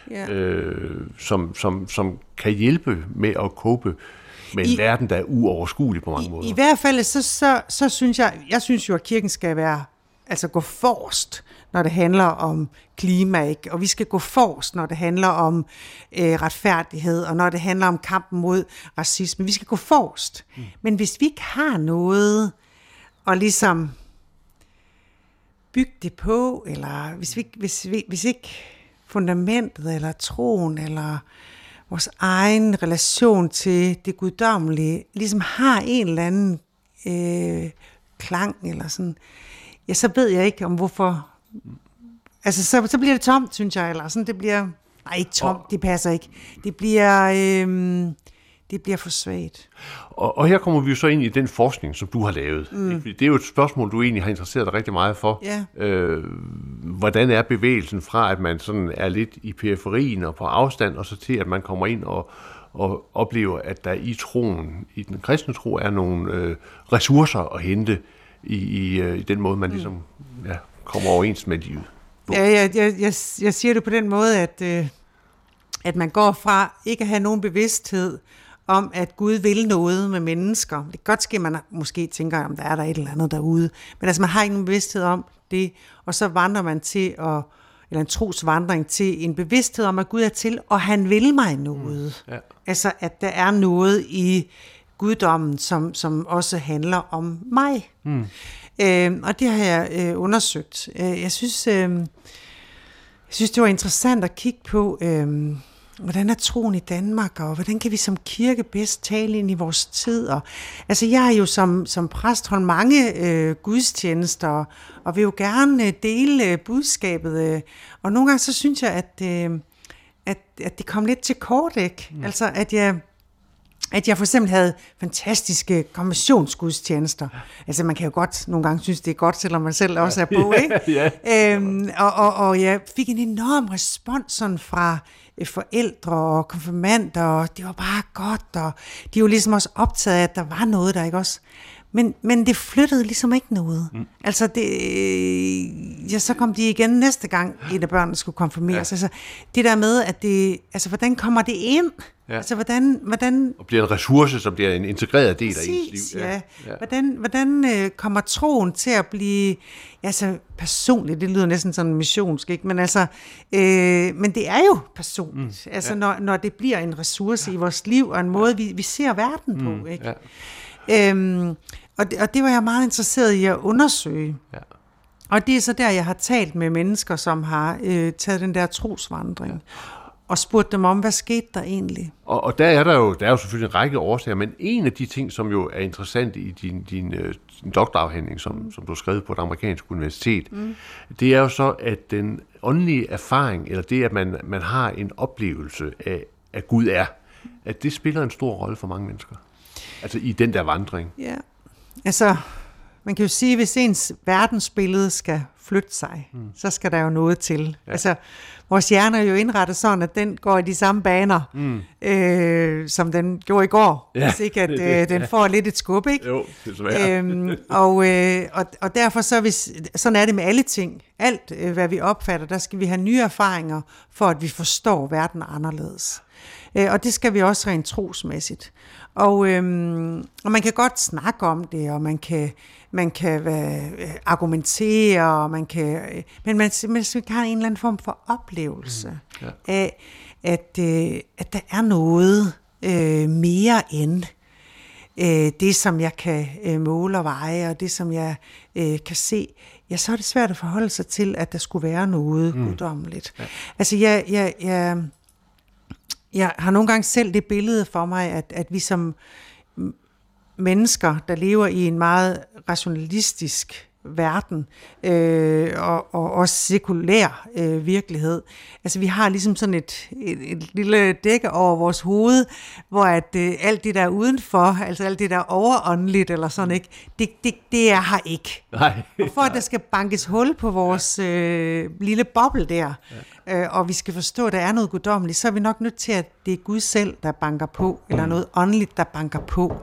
som kan hjælpe med at cope med en verden, der er uoverskuelig på mange måder.
I hvert fald, så synes jeg synes jo, at kirken skal gå forrest, når det handler om klima, ikke? Og vi skal gå forrest, når det handler om retfærdighed, og når det handler om kampen mod racisme. Vi skal gå forrest. Men hvis vi ikke har noget at ligesom bygge det på, eller hvis ikke fundamentet, eller troen, eller vores egen relation til det guddommelige, ligesom har en eller anden klang, eller sådan, ja, så ved jeg ikke om hvorfor. Altså, så bliver det tomt, synes jeg, eller sådan, det bliver, nej, ikke tomt, det passer ikke. Det bliver for svagt.
Og her kommer vi jo så ind i den forskning, som du har lavet. Det er jo et spørgsmål, du egentlig har interesseret dig rigtig meget for.
Ja.
Hvordan er bevægelsen fra, at man sådan er lidt i periferien og på afstand, og så til, at man kommer ind og oplever, at der i troen, i den kristne tro, er nogle ressourcer at hente i den måde, man ligesom kommer overens med livet.
Ja, jeg siger det på den måde, at man går fra ikke at have nogen bevidsthed om, at Gud vil noget med mennesker. Det kan godt ske, at man måske tænker, om der er et eller andet derude. Men altså, man har ikke nogen bevidsthed om det, og så vandrer man eller en trosvandring til en bevidsthed om, at Gud er til, og han vil mig noget. Ja. Altså, at der er noget i guddommen, som også handler om mig. Og det har jeg undersøgt. Jeg synes, det var interessant at kigge på, hvordan er troen i Danmark, og hvordan kan vi som kirke bedst tale ind i vores tid. Og, altså, jeg har jo som præst holdt mange gudstjenester, og vil jo gerne dele budskabet. Og nogle gange så synes jeg, at det kom lidt til kort, ikke? Altså, at jeg for eksempel havde fantastiske konfirmationsgudstjenester. Altså, man kan jo godt nogle gange synes, det er godt, selvom man selv også er på, ikke? Og jeg fik en enorm respons sådan fra forældre og konfirmander, og det var bare godt, og de var ligesom også optaget af, at der var noget der, ikke også? Men det flyttede ligesom ikke noget. Altså, så kom de igen næste gang, et af børnene skulle konfirmeres. Altså, det der med, at hvordan kommer det ind? Ja. Altså, hvordan...
Og bliver en ressource, som bliver en integreret del af ens liv.
Ja. Hvordan kommer troen til at blive... Altså, personligt, det lyder næsten sådan missionsk, ikke? Men altså, men det er jo personligt. Altså, når det bliver en ressource i vores liv, og en måde, vi ser verden på, ikke? Ja. Og det var jeg meget interesseret i at undersøge. Ja. Og det er så der, jeg har talt med mennesker, som har taget den der trosvandring, og spurgt dem om, hvad skete der egentlig? Og
der er jo selvfølgelig en række årsager, men en af de ting, som jo er interessant i din doktorafhandling, som du har skrevet på et amerikansk universitet, det er jo så, at den åndelige erfaring, eller det, at man har en oplevelse af, at Gud er, at det spiller en stor rolle for mange mennesker. Altså i den der vandring.
Ja, altså man kan jo sige, hvis ens verdensbillede skal flytte sig, så skal der jo noget til. Ja. Altså vores hjerne er jo indrettet sådan, at den går i de samme baner, som den gjorde i går. Ja, hvis ikke at den får lidt et skub, ikke?
Jo, det
og derfor så sådan er det med alle ting. Alt hvad vi opfatter, der skal vi have nye erfaringer, for at vi forstår verden anderledes. Og det skal vi også rent trosmæssigt. Og man kan godt snakke om det, og man kan argumentere, og men man skal have en eller anden form for oplevelse af, at der er noget mere end det, som jeg kan måle og veje, og det, som jeg kan se, ja, så er det svært at forholde sig til, at der skulle være noget guddommeligt. Ja. Altså, jeg har nogle gange selv det billede for mig, at vi som mennesker, der lever i en meget rationalistisk verden, og også sekulær virkelighed. Altså vi har ligesom sådan et lille dække over vores hoved, hvor at alt det der udenfor, altså alt det der overåndeligt eller sådan, ikke, det er her ikke.
Nej.
Og for at der skal bankes hul på vores lille boble der, og vi skal forstå, at der er noget guddommeligt, så er vi nok nødt til, at det er Gud selv, der banker på, eller noget åndeligt, der banker på.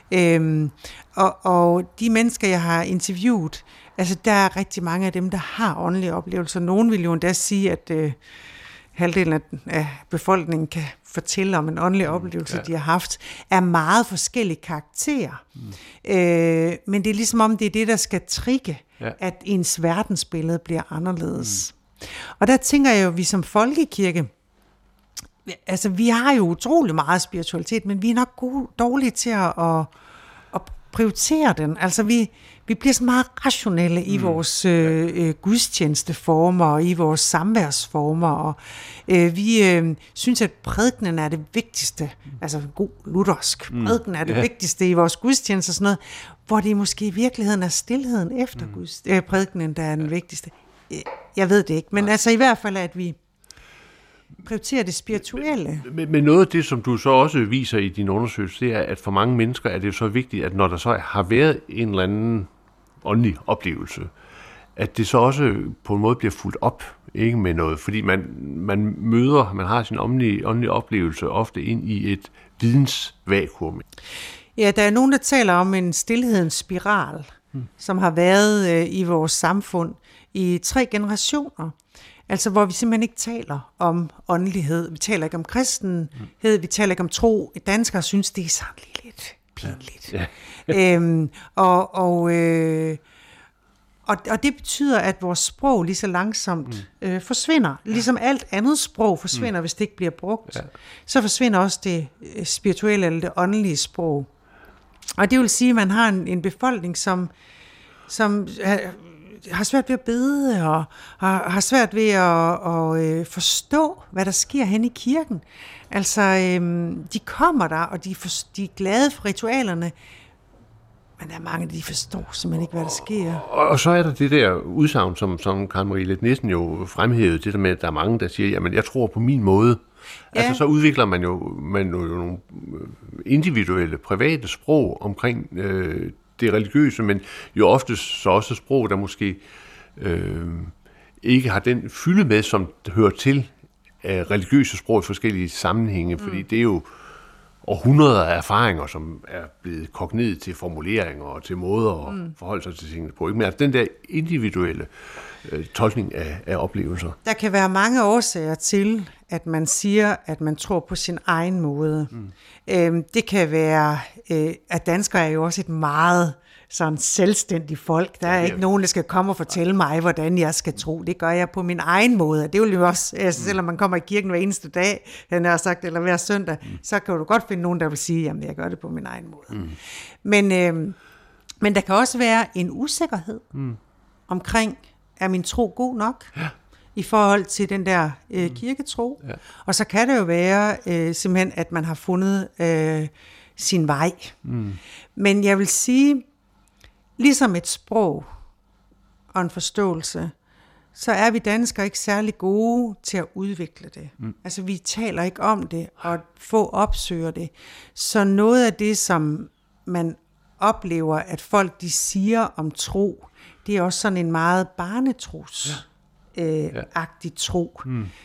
Og de mennesker, jeg har interviewet, altså der er rigtig mange af dem, der har åndelige oplevelser. Nogen vil jo endda sige, at halvdelen af befolkningen kan fortælle om en åndelig oplevelse, de har haft, er meget forskellige karakterer. Men det er ligesom om, det er det, der skal trigge, at ens verdensbillede bliver anderledes. Og der tænker jeg jo, at vi som folkekirke, altså vi har jo utrolig meget spiritualitet, men vi er nok dårlige til at prioritere den. Altså vi bliver så meget rationelle i vores gudstjenesteformer og i vores samværsformer, og vi synes, at prædikenen er det vigtigste, altså god luthersk prædiken er det vigtigste i vores gudstjeneste og sådan noget, hvor det måske i virkeligheden er stilheden efter prædikenen, der er den vigtigste. Jeg ved det ikke, men altså i hvert fald, at vi prioriterer det spirituelle.
Men noget af det, som du så også viser i din undersøgelse, det er, at for mange mennesker er det jo så vigtigt, at når der så har været en eller anden åndelig oplevelse, at det så også på en måde bliver fuldt op, ikke med noget, fordi man har sin åndelige oplevelse ofte ind i et vidensvakuum.
Ja, der er nogen, der taler om en stilhedens spiral, som har været i vores samfund i 3 generationer. Altså hvor vi simpelthen ikke taler om åndelighed. Vi taler ikke om kristenhed, vi taler ikke om tro. Danskere synes, det er sådan lidt pinligt. Og det betyder, at vores sprog lige så langsomt forsvinder. Ligesom alt andet sprog forsvinder, hvis det ikke bliver brugt. Så forsvinder også det spirituelle eller det åndelige sprog. Og det vil sige, at man har en befolkning, som har svært ved at bede, og har svært ved at forstå, hvad der sker hen i kirken. Altså, de kommer der, og de er glade for ritualerne, men der er mange, de forstår simpelthen ikke, hvad der sker.
Og så er der det der udsagn, som Karen Marie Leth Nielsen jo fremhævede, det der med, at der er mange, der siger, jamen, jeg tror på min måde. Ja. Altså, så udvikler man jo nogle individuelle, private sprog omkring det religiøse, men jo ofte så også sprog, der måske ikke har den fylde med, som hører til religiøse sprog i forskellige sammenhænge, fordi det er jo århundreder af erfaringer, som er blevet kogt ned til formuleringer og til måder at forholde sig til tingene på. Ikke? Men altså den der individuelle tolkning af oplevelser.
Der kan være mange årsager til, at man siger, at man tror på sin egen måde. Det kan være, at danskere er jo også et meget sådan selvstændigt folk. Der er ikke nogen, der skal komme og fortælle mig, hvordan jeg skal tro. Det gør jeg på min egen måde. Det vil jo også, altså, selvom man kommer i kirken hver eneste dag, eller hver søndag, så kan du godt finde nogen, der vil sige, jamen jeg gør det på min egen måde. Men der kan også være en usikkerhed omkring, er min tro god nok? Ja. I forhold til den der kirketro. Ja. Og så kan det jo være simpelthen, at man har fundet sin vej. Men jeg vil sige, ligesom et sprog og en forståelse, så er vi danskere ikke særlig gode til at udvikle det. Altså vi taler ikke om det, og få opsøger det. Så noget af det, som man oplever, at folk de siger om tro, det er også sådan en meget barnetros-agtig tro.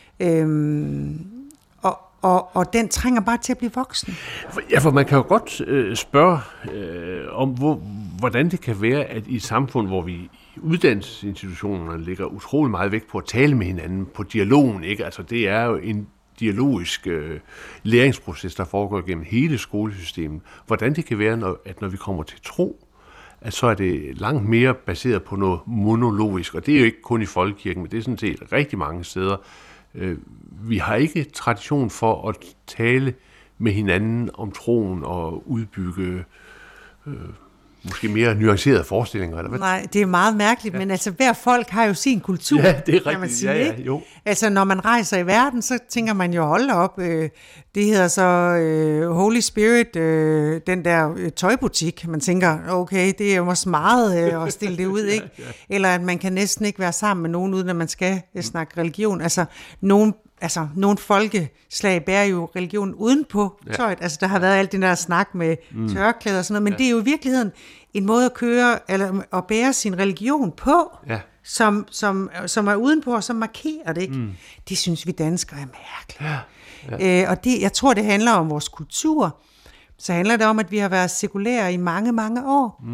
Og den trænger bare til at blive voksen.
Ja, for man kan jo godt spørge om, hvordan det kan være, at i et samfund, hvor vi i uddannelsesinstitutionerne lægger utrolig meget vægt på at tale med hinanden, på dialogen, ikke? Altså det er jo en dialogisk læringsproces, der foregår gennem hele skolesystemet. Hvordan det kan være, at når vi kommer til tro, at så er det langt mere baseret på noget monologisk, og det er jo ikke kun i folkekirken, men det er sådan set rigtig mange steder Vi har ikke tradition for at tale med hinanden om troen og udbygge måske mere nuancerede forestillinger, eller hvad?
Nej, det er meget mærkeligt, men altså hver folk har jo sin kultur,
ja, det er rigtigt.
kan man sige,
ja,
ikke?
Jo.
Altså når man rejser i verden, så tænker man jo, hold op, det hedder så Holy Spirit, den der tøjbutik. Man tænker, okay, det er jo også meget at stille det ud, ikke? Eller at man kan næsten ikke være sammen med nogen, uden at man skal snakke religion. Altså nogle folkeslag bærer jo religion uden på tøjet. Altså der har været alt den der snak med tørklæder og sådan noget, men det er jo i virkeligheden en måde at køre, eller at bære sin religion på, som er udenpå, og som markerer det, ikke? Det synes vi danskere er mærkeligt. Og jeg tror, det handler om vores kultur. Så handler det om, at vi har været sekulære i mange, mange år.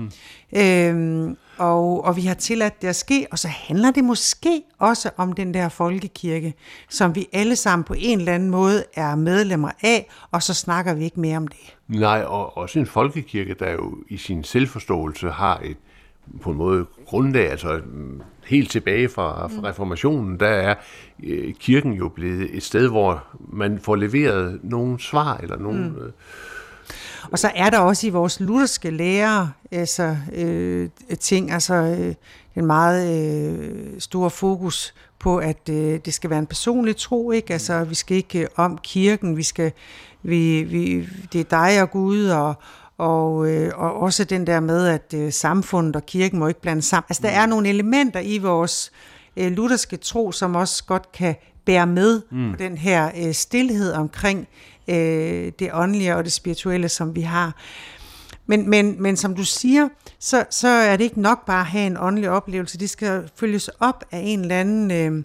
Og vi har tilladt det at ske, og så handler det måske også om den der folkekirke, som vi alle sammen på en eller anden måde er medlemmer af, og så snakker vi ikke mere om det.
Nej, og også en folkekirke, der jo i sin selvforståelse har et på en måde grundlag, altså helt tilbage fra reformationen, der er kirken jo blevet et sted, hvor man får leveret nogle svar, eller nogle...
Og så er der også i vores lutherske lære ting, en meget stor fokus på, at det skal være en personlig tro, ikke? Altså, vi skal ikke om kirken, det er dig og Gud, og også den der med, at samfundet og kirken må ikke blande sammen. Altså, der er nogle elementer i vores lutherske tro, som også godt kan bære med på den her stilhed omkring det åndelige og det spirituelle, som vi har. Men som du siger, så er det ikke nok bare at have en åndelig oplevelse. Det skal følges op af en eller anden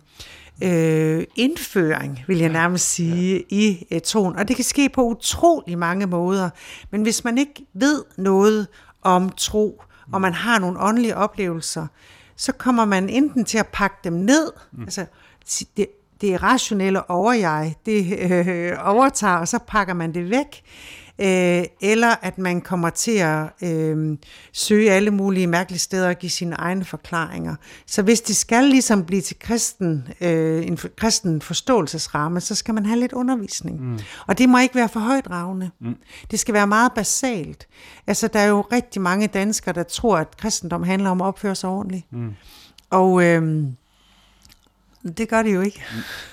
indføring, vil jeg nærmest sige, i troen. Og det kan ske på utrolig mange måder. Men hvis man ikke ved noget om tro, og man har nogle åndelige oplevelser, så kommer man enten til at pakke dem ned, altså det rationelle overjeg, det overtager, og så pakker man det væk. Eller at man kommer til at søge alle mulige mærkelige steder og give sine egne forklaringer. Så hvis det skal ligesom blive til en kristen forståelsesramme, så skal man have lidt undervisning. Og det må ikke være for højtravende. Det skal være meget basalt. Altså, der er jo rigtig mange danskere, der tror, at kristendom handler om at opføre sig ordentligt. Og det gør det jo ikke.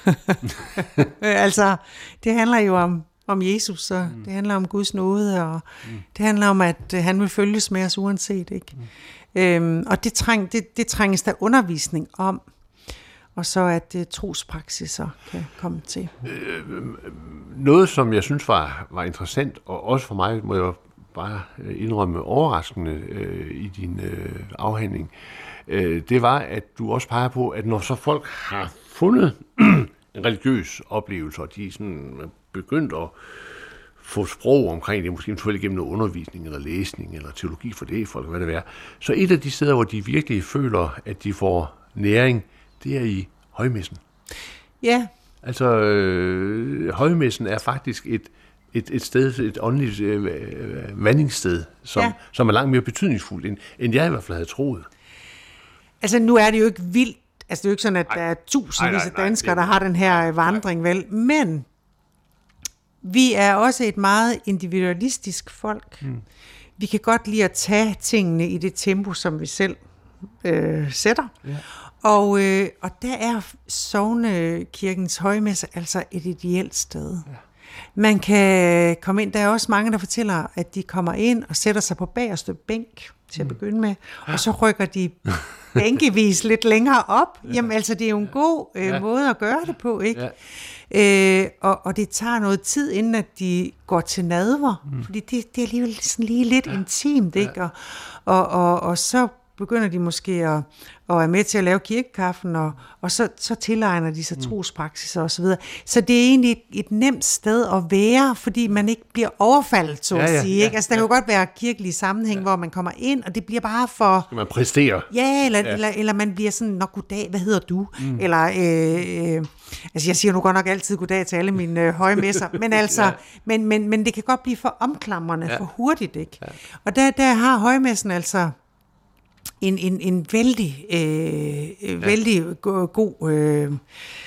Altså, det handler jo om Jesus, og det handler om Guds nåde, og det handler om, at han vil følges med os uanset, ikke? Og det trænges der undervisning om, og så at trospraksiser kan komme til.
Noget, som jeg synes var interessant, og også for mig, må jeg bare indrømme overraskende i din afhandling, det var, at du også peger på, at når så folk har fundet en religiøs oplevelse, og de er sådan begyndt at få sprog omkring det, måske eventuelt gennem noget undervisning, eller læsning, eller teologi for det, folk, hvad det er, så et af de steder, hvor de virkelig føler, at de får næring, det er i højmessen.
Ja.
Altså, højmessen er faktisk et sted, et åndeligt vandingssted, som er langt mere betydningsfuldt, end jeg i hvert fald havde troet.
Altså, nu er det jo ikke vildt. Altså, det er jo ikke sådan, at der er tusindvis af danskere, der har den her vandring, vel? Men vi er også et meget individualistisk folk. Vi kan godt lide at tage tingene i det tempo, som vi selv sætter. Ja. Og der er Sognekirkens højmesse altså et ideelt sted. Ja. Man kan komme ind, der er også mange, der fortæller, at de kommer ind og sætter sig på bagerste bænk til at begynde med, og så rykker de bænkevis lidt længere op. Jamen altså, det er jo en god måde at gøre det på, ikke? Ja. Og det tager noget tid, inden at de går til nadver, fordi det er alligevel sådan lige lidt intimt, ikke? Og så begynder de måske at være med til at lave kirkekaffen, og så tilegner de sig trospraksiser osv. Så det er egentlig et nemt sted at være, fordi man ikke bliver overfaldet, så at sige. Ikke? Altså, der kan jo godt være kirkelige sammenhæng, hvor man kommer ind, og det bliver bare for...
Skal man præstere?
Ja, eller man bliver sådan, nå goddag, hvad hedder du? Eller, altså jeg siger nu godt nok altid goddag til alle mine højmesser, men altså, men det kan godt blive for omklamrende, for hurtigt, ikke? Ja. Og der har højmessen altså en vældig god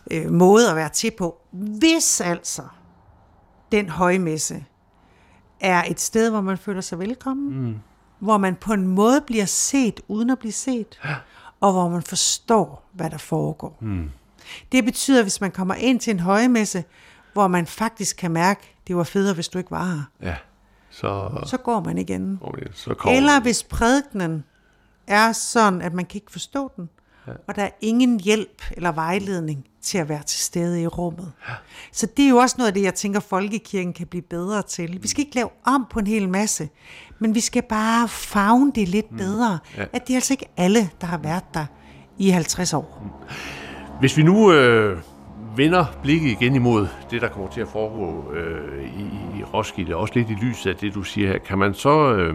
måde at være til på. Hvis altså den højmesse er et sted, hvor man føler sig velkommen, hvor man på en måde bliver set, uden at blive set, og hvor man forstår, hvad der foregår. Det betyder, hvis man kommer ind til en højmesse, hvor man faktisk kan mærke, det var federe, hvis du ikke var her.
Ja.
Så går man igen.
Så
eller hvis prædikenen er sådan, at man kan ikke forstå den, og der er ingen hjælp eller vejledning til at være til stede i rummet. Ja. Så det er jo også noget af det, jeg tænker, folkekirken kan blive bedre til. Vi skal ikke lave om på en hel masse, men vi skal bare favne det lidt bedre. Ja. At det er altså ikke alle, der har været der i 50 år.
Hvis vi nu vender blikket igen imod det, der kommer til at foregå i Roskilde, også lidt i lyset af det, du siger her, kan man så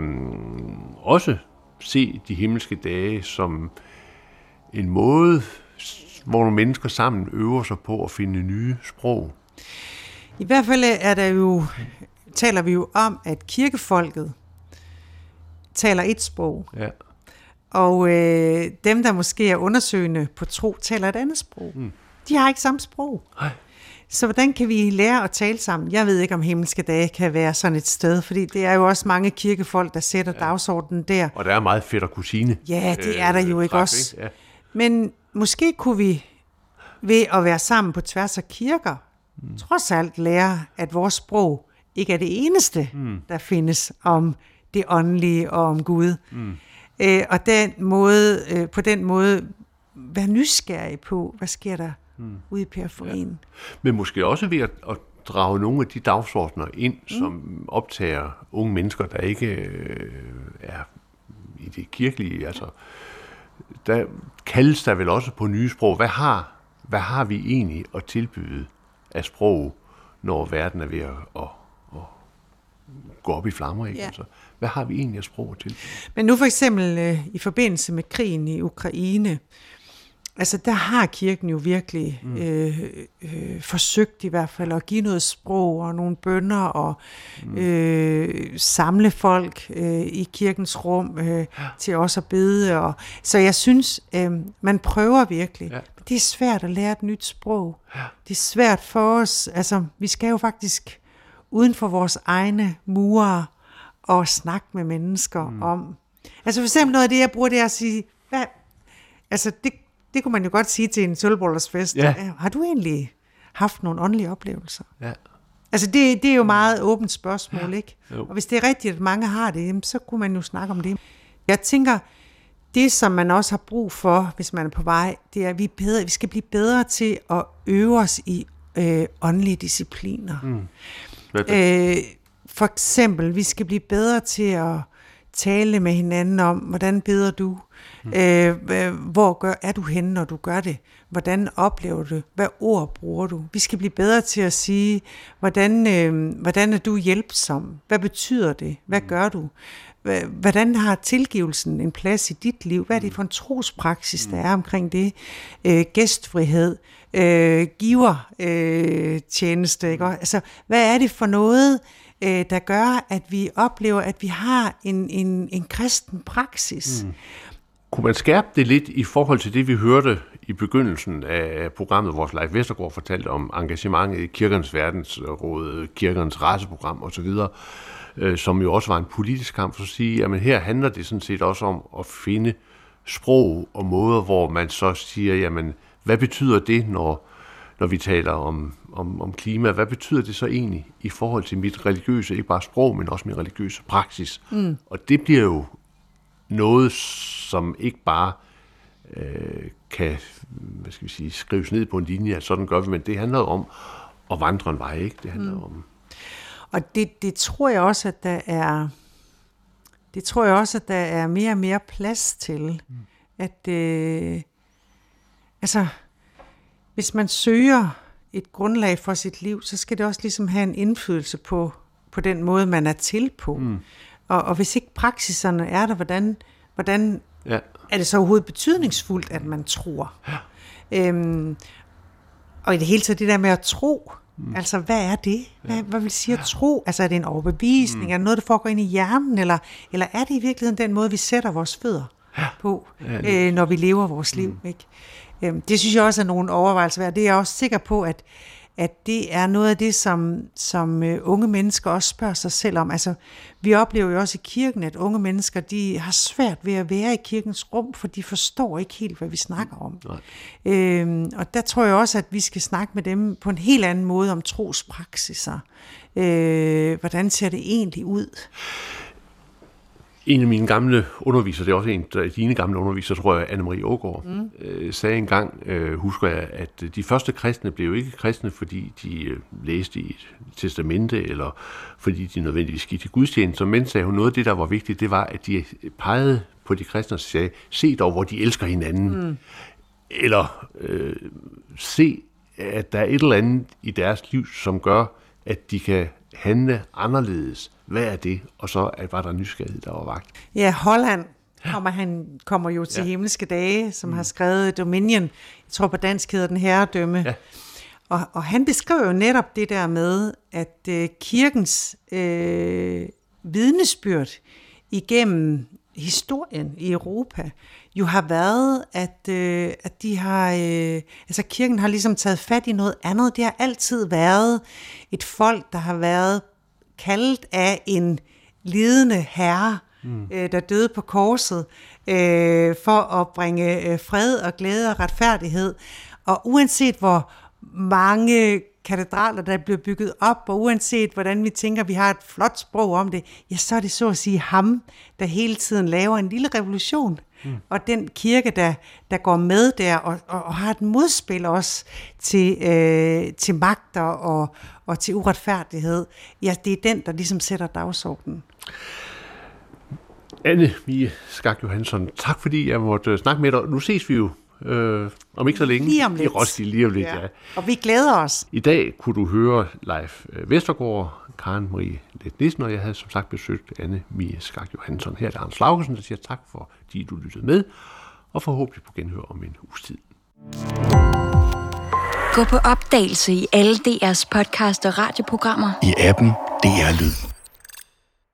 også se de himmelske dage som en måde, hvor nogle mennesker sammen øver sig på at finde nye sprog?
I hvert fald taler vi jo om, at kirkefolket taler et sprog. Ja. Og dem, der måske er undersøgende på tro, taler et andet sprog. De har ikke samme sprog. Hej. Så hvordan kan vi lære at tale sammen? Jeg ved ikke, om himmelske dage kan være sådan et sted, fordi det er jo også mange kirkefolk, der sætter dagsordenen der.
Og der er meget fætter kusine.
Ja, det er der jo ikke også. Ja. Men måske kunne vi ved at være sammen på tværs af kirker, trods alt lære, at vores sprog ikke er det eneste, der findes om det åndelige og om Gud. Og på den måde være nysgerrig på, hvad sker der ude i periferien. Ja.
Men måske også ved at drage nogle af de dagsordner ind, som optager unge mennesker, der ikke er i det kirkelige. Altså, der kaldes der vel også på nye sprog. Hvad har vi egentlig at tilbyde af sprog, når verden er ved at gå op i flammer? Ikke? Ja. Altså, hvad har vi egentlig af sprog at tilbyde?
Men nu for eksempel i forbindelse med krigen i Ukraine, altså der har kirken jo virkelig forsøgt i hvert fald at give noget sprog og nogle bønner og samle folk i kirkens rum til også at bede. Så jeg synes, man prøver virkelig. Ja. Det er svært at lære et nyt sprog. Ja. Det er svært for os. Altså, vi skal jo faktisk uden for vores egne mure og snakke med mennesker om. Altså for eksempel noget af det, jeg bruger, det er at sige, altså det kunne man jo godt sige til en sølvbollersfest. Ja. Har du egentlig haft nogle åndelige oplevelser? Ja. Altså det er jo meget åbent spørgsmål, ikke? Jo. Og hvis det er rigtigt, at mange har det, så kunne man jo snakke om det. Jeg tænker, det som man også har brug for, hvis man er på vej, det er, at vi skal blive bedre til at øve os i åndelige discipliner. For eksempel, vi skal blive bedre til at tale med hinanden om, hvordan beder du? Hvor er du henne, når du gør det? Hvordan oplever du? Hvad ord bruger du? Vi skal blive bedre til at sige, hvordan er du hjælpsom? Hvad betyder det? Hvad gør du? Hvordan har tilgivelsen en plads i dit liv? Hvad er det for en trospraksis, der er omkring det? Gæstfrihed, givertjeneste, ikke? Altså, hvad er det for noget, der gør, at vi oplever, at vi har en kristen praksis?
Kunne man skærpe det lidt i forhold til det, vi hørte i begyndelsen af programmet, hvor Leif Vestergaard fortalte om engagementet i Kirkernes Verdensråd, Kirkernes Raceprogram osv., som jo også var en politisk kamp, for at sige, at her handler det sådan set også om at finde sprog og måder, hvor man så siger, jamen, hvad betyder det, når vi taler om klima? Hvad betyder det så egentlig i forhold til mit religiøse, ikke bare sprog, men også min religiøse praksis? Og det bliver jo noget, som ikke bare kan skrives ned på en linje, at sådan gør vi, men det handler om at vandre en vej, ikke? Det handler om...
Og det tror jeg også, at der er mere og mere plads til, at altså, hvis man søger et grundlag for sit liv, så skal det også ligesom have en indflydelse på den måde, man er til på. Og hvis ikke praksiserne er der, hvordan er det så overhovedet betydningsfuldt, at man tror? Og i det hele taget det der med at tro, altså hvad er det? Hvad vil sige at tro? Altså er det en overbevisning? Er det noget, der foregår ind i hjernen? Eller er det i virkeligheden den måde, vi sætter vores fødder på, når vi lever vores liv? Ikke? Det synes jeg også er nogle overvejelser værd. Det er jeg også sikker på, at det er noget af det, som unge mennesker også spørger sig selv om. Altså, vi oplever jo også i kirken, at unge mennesker, de har svært ved at være i kirkens rum, for de forstår ikke helt, hvad vi snakker om. Og der tror jeg også, at vi skal snakke med dem på en helt anden måde om trospraksiser. Hvordan ser det egentlig ud?
En af mine gamle undervisere, det er også en af dine gamle undervisere, tror jeg, Anne-Marie Aagaard, sagde engang, husker jeg, at de første kristne blev ikke kristne, fordi de læste i et testamente, eller fordi de nødvendigvis gik til gudstjeneste. Men sagde hun, noget af det, der var vigtigt, det var, at de pegede på de kristne og sagde, se dog, hvor de elsker hinanden. Eller se, at der er et eller andet i deres liv, som gør, at de kan handle anderledes. Hvad er det? Og så var der nysgerrighed, der var vagt.
Ja, Holland kommer jo til Himmelske Dage, som har skrevet Dominion. Jeg tror på dansk hedder den herredømme. Ja. Og han beskriver jo netop det der med, at kirkens vidnesbyrd igennem historien i Europa jo har været, at de har, altså kirken har ligesom taget fat i noget andet. Det har altid været et folk, der har været kaldet af en lidende herre, der døde på korset, for at bringe fred og glæde og retfærdighed. Og uanset hvor mange katedraler, der bliver bygget op, og uanset hvordan vi tænker, vi har et flot sprog om det, ja, så er det så at sige ham, der hele tiden laver en lille revolution. Og den kirke, der går med der, og har et modspil også til magter og til uretfærdighed, ja, det er den, der ligesom sætter dagsordenen.
Anne-Mie Skak Johansson, tak fordi jeg måtte snakke med dig. Nu ses vi jo om ikke så længe i Roskilde lige om lidt. Ja.
Og vi glæder os.
I dag kunne du høre Leif Vestergaard, Karen Marie Leth Nissen, og jeg havde som sagt besøgt Anne-Mie Skak Johansson. Her er Anders Laugesen, der siger tak, fordi du lyttede med, og forhåbentlig på genhør om en uges tid.
Gå på opdagelse i alle DR's podcast og radioprogrammer.
I appen DR Lyd.